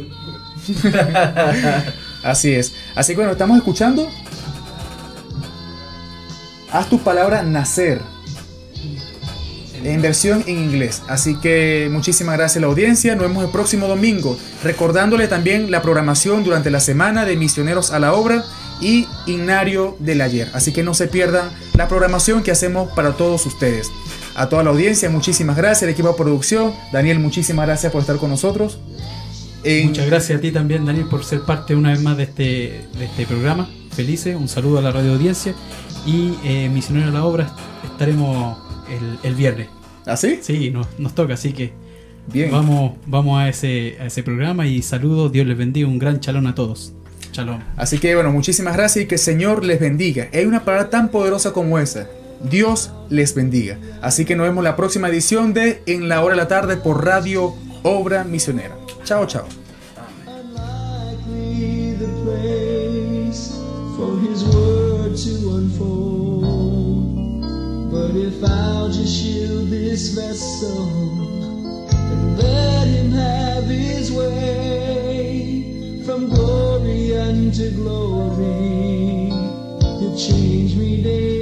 Así es. Así que bueno, estamos escuchando Haz tu palabra nacer en versión en inglés. Así que muchísimas gracias a la audiencia. Nos vemos el próximo domingo. Recordándole también la programación durante la semana de Misioneros a la Obra y Himnario del Ayer. Así que no se pierdan la programación que hacemos para todos ustedes. A toda la audiencia, muchísimas gracias. El equipo de producción, Daniel, muchísimas gracias por estar con nosotros. Muchas gracias a ti también, Daniel, por ser parte una vez más de este programa. Felices, un saludo a la radio audiencia. Y Misioneros a la Obra estaremos el viernes. ¿Ah, sí? Sí, nos toca, así que Bien. Vamos a ese programa y saludos. Dios les bendiga. Un gran chalón a todos. Shalom. Así que bueno, muchísimas gracias y que el Señor les bendiga. Hay una palabra tan poderosa como esa. Dios les bendiga. Así que nos vemos la próxima edición de En la Hora de la Tarde por Radio Obra Misionera. Chao, chao. Unlikely the place for his word to unfold. But if I'll just shield this vessel and let him have his way, from glory unto glory, he'll change me day